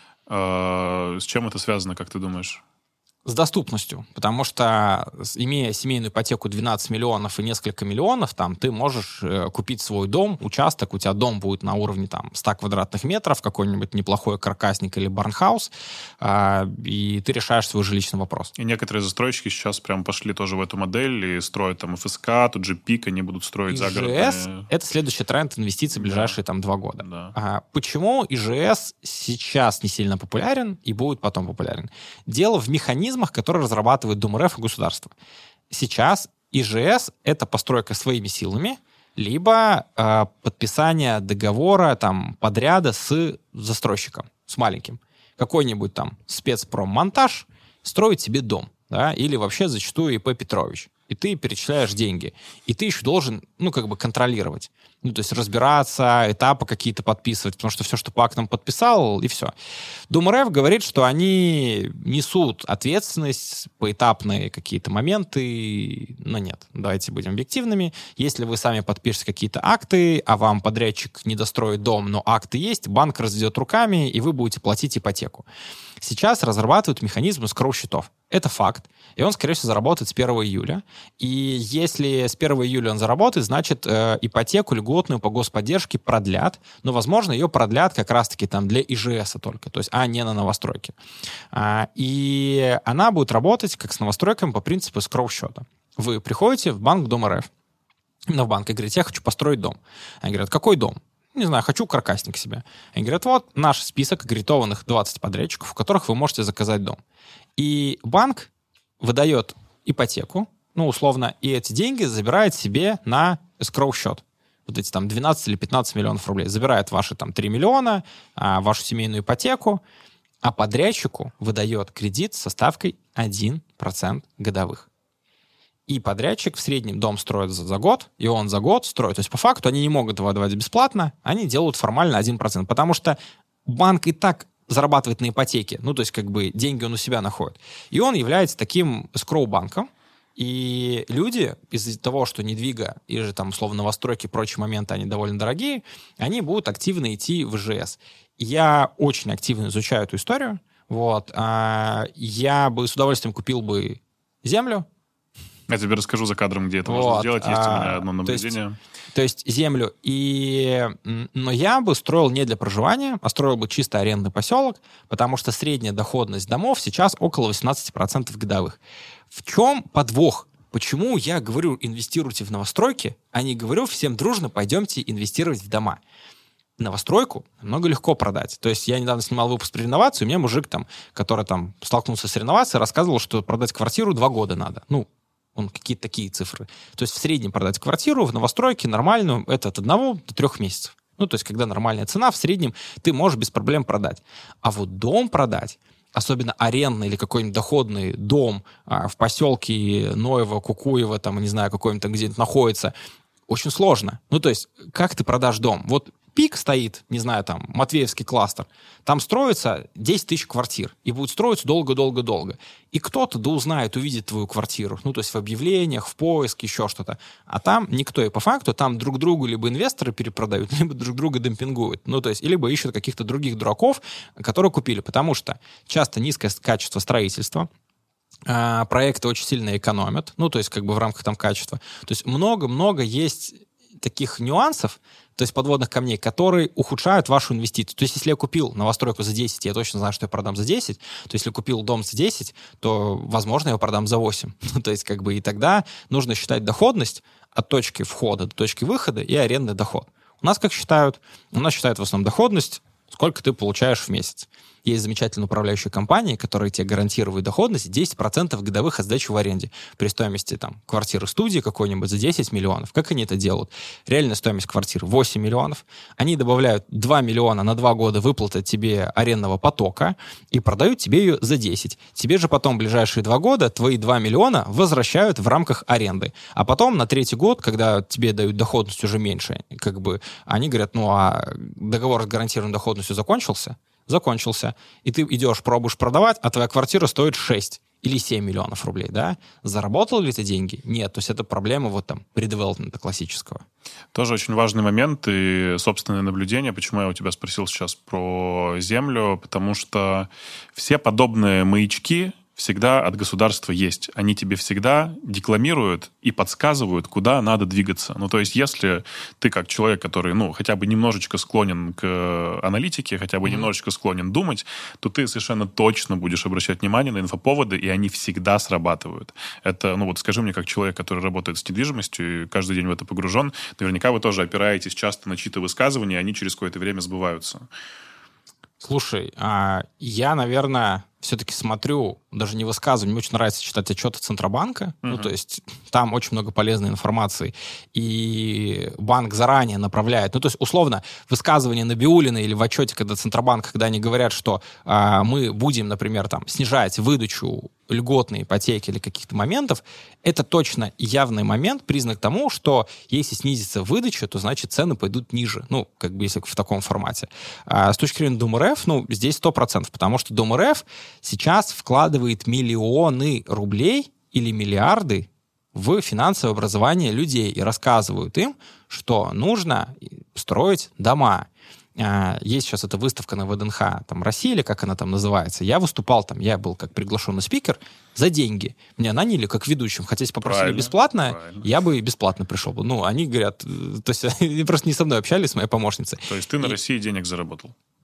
С чем это связано, как ты думаешь? С доступностью, потому что, имея семейную ипотеку 12 миллионов и несколько миллионов, там, ты можешь купить свой дом, участок, у тебя дом будет на уровне там, 100 квадратных метров, какой-нибудь неплохой каркасник или барнхаус, и ты решаешь свой жилищный вопрос. И некоторые застройщики сейчас прям пошли тоже в эту модель и строят там ФСК, тут же ПИК, они будут строить загородные... ИЖС — это следующий тренд инвестиций в ближайшие 2 года. Да. Почему ИЖС сейчас не сильно популярен и будет потом популярен? Дело в механизме, которые разрабатывает Дом.РФ и государство. Сейчас ИЖС — это постройка своими силами, либо подписание договора, там, подряда с застройщиком, с маленьким. Какой-нибудь там спецпроммонтаж строит себе дом, да, или вообще зачастую ИП Петрович. И ты перечисляешь деньги. И ты еще должен, контролировать. То есть разбираться, этапы какие-то подписывать, потому что все, что по актам подписал, и все. Дом.РФ говорит, что они несут ответственность, поэтапные какие-то моменты, но нет. Давайте будем объективными. Если вы сами подпишете какие-то акты, а вам подрядчик не достроит дом, но акты есть, банк разведет руками, и вы будете платить ипотеку. Сейчас разрабатывают механизм эскроу-счетов. Это факт. И он, скорее всего, заработает с 1 июля. И если с 1 июля он заработает, значит, ипотеку льготную по господдержке продлят. Но, возможно, ее продлят как раз-таки там для ИЖС только, то есть, а не на новостройке. И она будет работать как с новостройками по принципу эскроу-счета. Вы приходите в банк Дом.РФ, именно в банк, и говорит, я хочу построить дом. Они говорят, какой дом? Не знаю, хочу каркасник себе. Они говорят, вот наш список аккредитованных 20 подрядчиков, у которых вы можете заказать дом. И банк выдает ипотеку, условно, и эти деньги забирает себе на эскроу-счет. Вот эти там 12 или 15 миллионов рублей. Забирает ваши там 3 миллиона, вашу семейную ипотеку, а подрядчику выдает кредит со ставкой 1% годовых. И подрядчик в среднем дом строит за год, и он за год строит. То есть по факту они не могут его отдавать бесплатно, они делают формально 1%, потому что банк и так зарабатывает на ипотеке, то есть как бы деньги он у себя находит. И он является таким эскроу-банком, и люди из-за того, что недвига и же там, условно, новостройки и прочие моменты, они довольно дорогие, они будут активно идти в ИЖС. Я очень активно изучаю эту историю. Вот. Я бы с удовольствием купил бы землю. Я тебе расскажу за кадром, где это можно сделать. Есть у меня одно наблюдение. То есть землю. Но я бы строил не для проживания, а строил бы чисто арендный поселок, потому что средняя доходность домов сейчас около 18% годовых. В чем подвох? Почему я говорю, инвестируйте в новостройки, а не говорю, всем дружно пойдемте инвестировать в дома? Новостройку намного легко продать. То есть я недавно снимал выпуск про реновацию, и мне мужик, который столкнулся с реновацией, рассказывал, что продать квартиру 2 года надо. Он какие-то такие цифры. То есть в среднем продать квартиру в новостройке нормальную, это от 1 до 3 месяцев. То есть когда нормальная цена, в среднем ты можешь без проблем продать. А вот дом продать, особенно арендный или какой-нибудь доходный дом в поселке Ноево, Кукуево, не знаю, какой-нибудь где-нибудь находится, очень сложно. То есть как ты продашь дом? Вот пик стоит, не знаю, Матвеевский кластер, там строится 10 тысяч квартир, и будет строиться долго-долго-долго. И кто-то узнает, увидит твою квартиру, то есть в объявлениях, в поиске, еще что-то. А там никто, и по факту там друг другу либо инвесторы перепродают, либо друг друга демпингуют. То есть, либо ищут каких-то других дураков, которые купили, потому что часто низкое качество строительства, проекты очень сильно экономят, то есть в рамках качества. То есть много-много есть таких нюансов, то есть подводных камней, которые ухудшают вашу инвестицию. То есть если я купил новостройку за 10, я точно знаю, что я продам за 10, то если купил дом за 10, то, возможно, я его продам за 8. То есть и тогда нужно считать доходность от точки входа до точки выхода и арендный доход. У нас как считают? У нас считают в основном доходность, сколько ты получаешь в месяц. Есть замечательные управляющие компании, которые тебе гарантируют доходность 10% годовых от сдачи в аренде при стоимости квартиры-студии какой-нибудь за 10 миллионов. Как они это делают? Реальная стоимость квартиры 8 миллионов. Они добавляют 2 миллиона на 2 года выплаты тебе арендного потока и продают тебе ее за 10. Тебе же потом в ближайшие 2 года твои 2 миллиона возвращают в рамках аренды. А потом на 3-й год, когда тебе дают доходность уже меньше, они говорят, а договор с гарантированной доходностью закончился, и ты идешь, пробуешь продавать, а твоя квартира стоит 6 или 7 миллионов рублей, да? Заработал ли ты деньги? Нет, то есть это проблема предевелопмента классического. Тоже очень важный момент и собственное наблюдение. Почему я у тебя спросил сейчас про землю? Потому что все подобные маячки всегда от государства есть. Они тебе всегда декламируют и подсказывают, куда надо двигаться. То есть, если ты как человек, который, хотя бы немножечко склонен к аналитике, хотя бы немножечко склонен думать, то ты совершенно точно будешь обращать внимание на инфоповоды, и они всегда срабатывают. Это, скажи мне, как человек, который работает с недвижимостью и каждый день в это погружен, наверняка вы тоже опираетесь часто на чьи-то высказывания, и они через какое-то время сбываются. Слушай, я, наверное, все-таки смотрю, даже не высказываю, мне очень нравится читать отчеты Центробанка, то есть там очень много полезной информации, и банк заранее направляет, то есть, условно, высказывание Набиуллина или в отчете, когда Центробанк, когда они говорят, что мы будем, например, снижать выдачу льготной ипотеки или каких-то моментов, это точно явный момент, признак тому, что если снизится выдача, то, значит, цены пойдут ниже, если в таком формате. С точки зрения Дом РФ, здесь 100%, потому что Дом РФ сейчас вкладывает миллионы рублей или миллиарды в финансовое образование людей и рассказывают им, что нужно строить дома. Есть сейчас эта выставка на ВДНХ России, или как она называется. Я выступал я был как приглашенный спикер за деньги. Меня наняли как ведущим. Хотя если попросили бесплатно, я бы бесплатно пришел бы. Они говорят, то есть они просто не со мной общались, с моей помощницей. То есть ты на России денег заработал?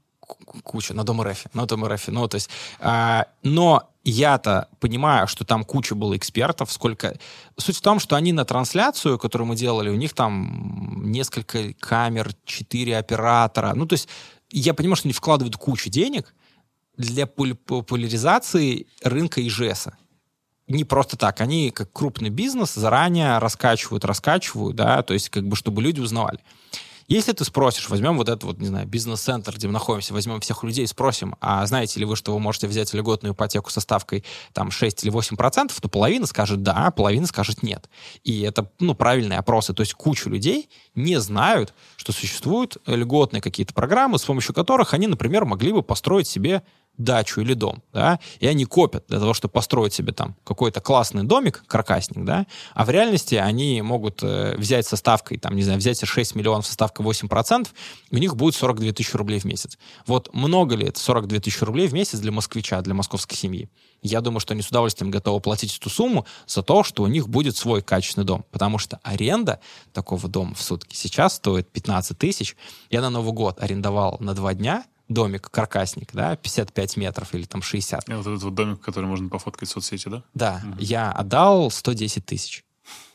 куча, на Дом РФ. Ну, то есть, но я-то понимаю, что там куча было экспертов, сколько... Суть в том, что они на трансляцию, которую мы делали, у них там несколько камер, 4 оператора. Ну, то есть я понимаю, что они вкладывают кучу денег для популяризации рынка ИЖСа. Не просто так. Они, как крупный бизнес, заранее раскачивают, да, то есть как бы, чтобы люди узнавали. Если ты спросишь, возьмем вот этот вот, не знаю, бизнес-центр, где мы находимся, возьмем всех людей и спросим, а знаете ли вы, что вы можете взять льготную ипотеку со ставкой там 6 или 8%, то половина скажет да, половина скажет нет. И это, правильные опросы. То есть куча людей не знают, что существуют льготные какие-то программы, с помощью которых они, например, могли бы построить себе дачу или дом, да, и они копят для того, чтобы построить себе там какой-то классный домик, каркасник, да, а в реальности они могут взять со ставкой, там, не знаю, взять 6 миллионов со ставкой 8%, у них будет 42 тысячи рублей в месяц. Вот много ли это 42 тысячи рублей в месяц для москвича, для московской семьи? Я думаю, что они с удовольствием готовы платить эту сумму за то, что у них будет свой качественный дом, потому что аренда такого дома в сутки сейчас стоит 15 тысяч. Я на Новый год арендовал на 2 дня домик, каркасник, да, 55 метров или там 60. И вот этот вот домик, который можно пофоткать в соцсети, да? Да, я отдал 110 тысяч.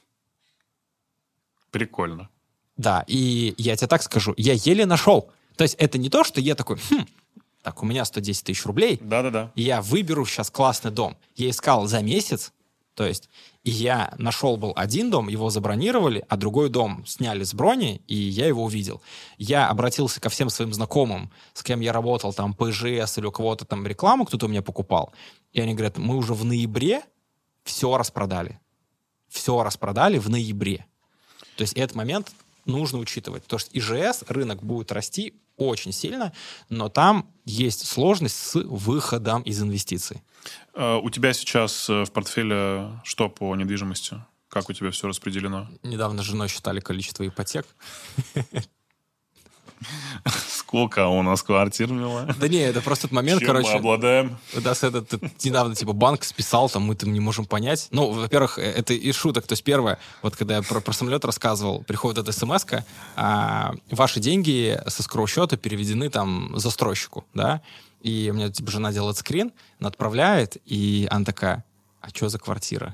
Прикольно. Да, и я тебе так скажу, я еле нашел. То есть это не то, что я такой, так, у меня 110 тысяч рублей, Да-да-да. я выберу сейчас классный дом. Я искал за месяц, то есть, и я нашел был один дом, его забронировали, а другой дом сняли с брони, и я его увидел. Я обратился ко всем своим знакомым, с кем я работал, там, ПЖС или у кого-то там рекламу кто-то у меня покупал, и они говорят, мы уже в ноябре все распродали. Все распродали в ноябре. То есть этот момент нужно учитывать. Потому что ИЖС, рынок будет расти очень сильно, но там есть сложность с выходом из инвестиций. У тебя сейчас в портфеле что по недвижимости? Как у тебя все распределено? Недавно с женой считали количество ипотек. Сколько у нас квартир, милая? Да не, это просто тот момент, Чем мы обладаем? Да, недавно банк списал, там мы там не можем понять. Ну, во-первых, это из шуток. То есть первое, вот когда я про самолет рассказывал, приходит эта смс-ка, ваши деньги со скроу-счета переведены там застройщику, да, и у меня жена делает скрин, она отправляет, и она такая, а что за квартира?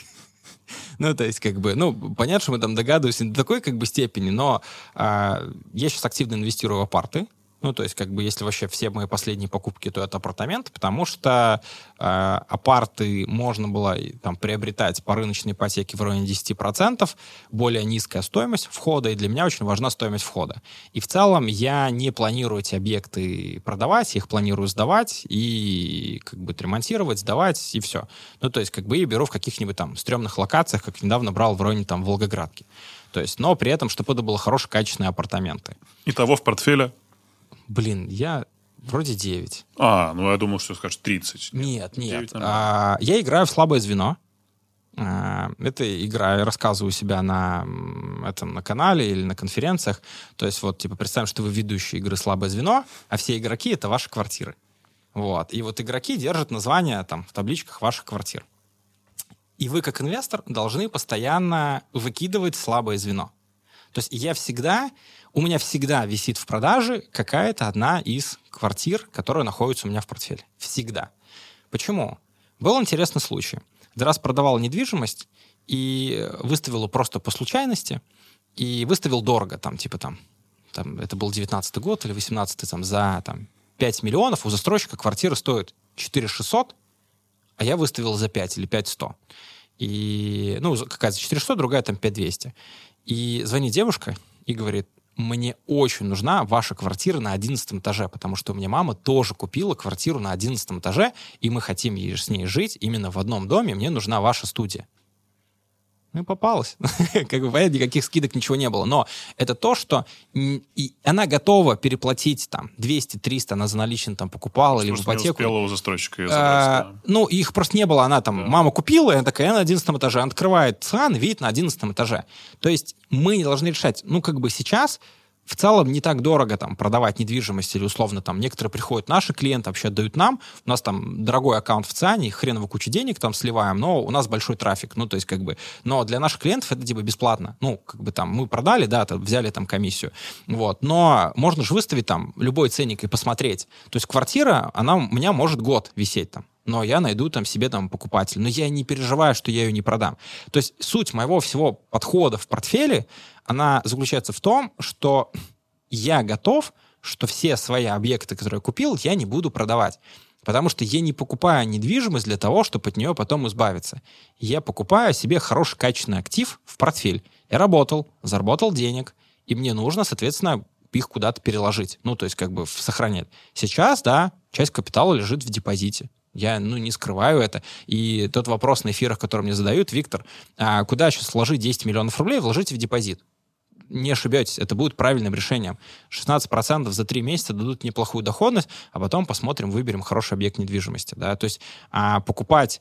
Ну, то есть, понятно, что мы там догадываемся не до такой, степени, но я сейчас активно инвестирую в апарты. Ну, то есть, если вообще все мои последние покупки, то это апартаменты, потому что апарты можно было там приобретать по рыночной ипотеке в районе 10%, более низкая стоимость входа, и для меня очень важна стоимость входа. И в целом я не планирую эти объекты продавать, я их планирую сдавать и ремонтировать, сдавать, и все. Ну, то есть, я беру в каких-нибудь там стрёмных локациях, как недавно брал в районе там Волгоградки. То есть, но при этом, чтобы это было хорошие, качественные апартаменты. Итого в портфеле? Блин, я вроде 9. Я думал, что скажешь 30. Нет. Я играю в слабое звено. Это игра, я рассказываю себя на канале или на конференциях. То есть представим, что вы ведущий игры «Слабое звено», а все игроки — это ваши квартиры. Вот. И вот игроки держат названия там в табличках ваших квартир. И вы, как инвестор, должны постоянно выкидывать слабое звено. То есть у меня всегда висит в продаже какая-то одна из квартир, которая находится у меня в портфеле. Всегда. Почему? Был интересный случай. Один раз продавал недвижимость и выставил ее просто по случайности, и выставил дорого, там это был 19-й год или 18-й, за 5 миллионов, у застройщика квартира стоит 4 600, а я выставил за 5 или 5 100. И, какая-то 4 600, другая 5 200. И звонит девушка и говорит, мне очень нужна ваша квартира на 11 этаже, потому что у меня мама тоже купила квартиру на 11 этаже, и мы хотим с ней жить именно в одном доме, мне нужна ваша студия. Ну и попалась. Понятно, никаких скидок, ничего не было. Но это то, что и она готова переплатить 200-300, она за наличные покупала или в ипотеку. Не успела у застройщика ее забрать. Их просто не было. Она мама купила, и она такая, я на 11 этаже. Она открывает цены, видит на 11 этаже. То есть мы не должны решать. Сейчас в целом не так дорого там продавать недвижимость или условно там некоторые приходят, наши клиенты вообще отдают нам, у нас там дорогой аккаунт в Циане, хреново кучу денег там сливаем, но у нас большой трафик, ну то есть как бы, но для наших клиентов это типа бесплатно, ну как бы там мы продали, да, взяли там комиссию, вот, но можно же выставить там любой ценник и посмотреть, то есть квартира, она у меня может год висеть там, но я найду там себе там покупателя, но я не переживаю, что я ее не продам. То есть суть моего всего подхода в портфеле, она заключается в том, что я готов, что все свои объекты, которые я купил, я не буду продавать. Потому что я не покупаю недвижимость для того, чтобы от нее потом избавиться. Я покупаю себе хороший качественный актив в портфель. Я работал, заработал денег, и мне нужно, соответственно, их куда-то переложить. Ну, то есть как бы сохранять. Сейчас, да, часть капитала лежит в депозите. Я, не скрываю это. И тот вопрос на эфирах, который мне задают, Виктор, а куда сейчас вложить 10 миллионов рублей? Вложите в депозит. Не ошибетесь, это будет правильным решением. 16% за 3 месяца дадут неплохую доходность, а потом посмотрим, выберем хороший объект недвижимости. Да? То есть покупать,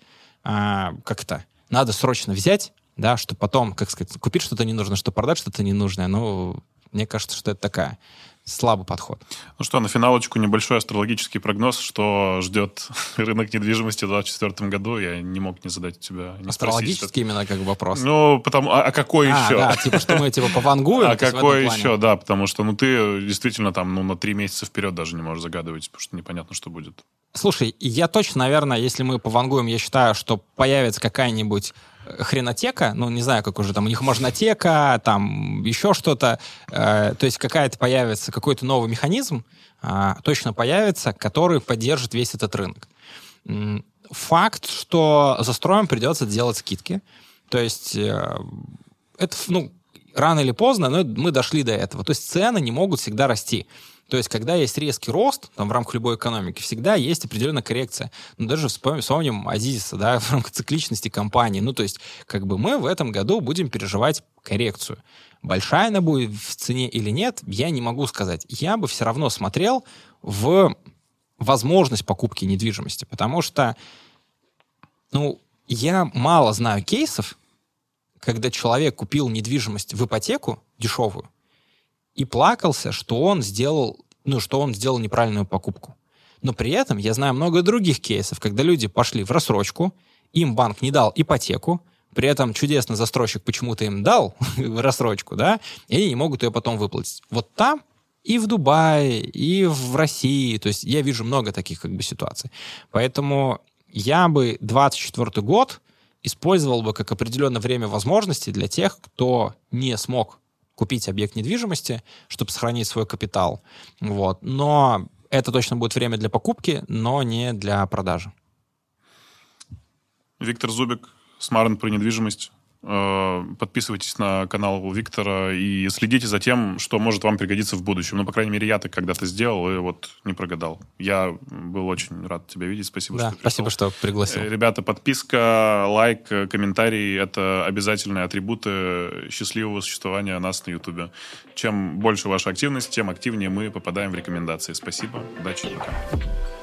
надо срочно взять, да, чтобы потом, купить что-то ненужное, чтобы продать что-то ненужное. Мне кажется, что это такая слабый подход. Ну что, на финалочку небольшой астрологический прогноз, что ждет рынок недвижимости в 2024 году. Я не мог не задать тебя. Астрологический именно как вопрос. А какой еще? Да, что мы повангуем. А какой еще, да, потому что ты действительно там на 3 месяца вперед даже не можешь загадывать, потому что непонятно, что будет. Слушай, я точно, наверное, если мы повангуем, я считаю, что появится какая-нибудь хренотека, не знаю, как уже там, у них можнотека, там еще что-то, то есть какой-то новый механизм точно появится, который поддержит весь этот рынок. Факт, что застроям придется делать скидки, то есть это, рано или поздно, но мы дошли до этого, то есть цены не могут всегда расти. То есть, когда есть резкий рост там, в рамках любой экономики, всегда есть определенная коррекция. Даже вспомним Азизиса, да, в рамках цикличности компании. То есть, мы в этом году будем переживать коррекцию. Большая она будет в цене или нет, я не могу сказать. Я бы все равно смотрел в возможность покупки недвижимости, потому что, я мало знаю кейсов, когда человек купил недвижимость в ипотеку дешевую, и плакался, что он сделал неправильную покупку. Но при этом я знаю много других кейсов, когда люди пошли в рассрочку, им банк не дал ипотеку, при этом чудесный застройщик почему-то им дал рассрочку, да, и они не могут ее потом выплатить. Вот там и в Дубае, и в России, то есть я вижу много таких ситуаций. Поэтому я бы 2024 год использовал бы как определенное время возможностей для тех, кто не смог купить объект недвижимости, чтобы сохранить свой капитал. Вот. Но это точно будет время для покупки, но не для продажи. Виктор Зубик, Смарт про недвижимость. Подписывайтесь на канал Виктора и следите за тем, что может вам пригодиться в будущем. По крайней мере, я так когда-то сделал и не прогадал. Я был очень рад тебя видеть. Спасибо, что пришел. Спасибо, что пригласил. Ребята, подписка, лайк, комментарий — это обязательные атрибуты счастливого существования нас на Ютубе. Чем больше ваша активность, тем активнее мы попадаем в рекомендации. Спасибо, удачи, пока.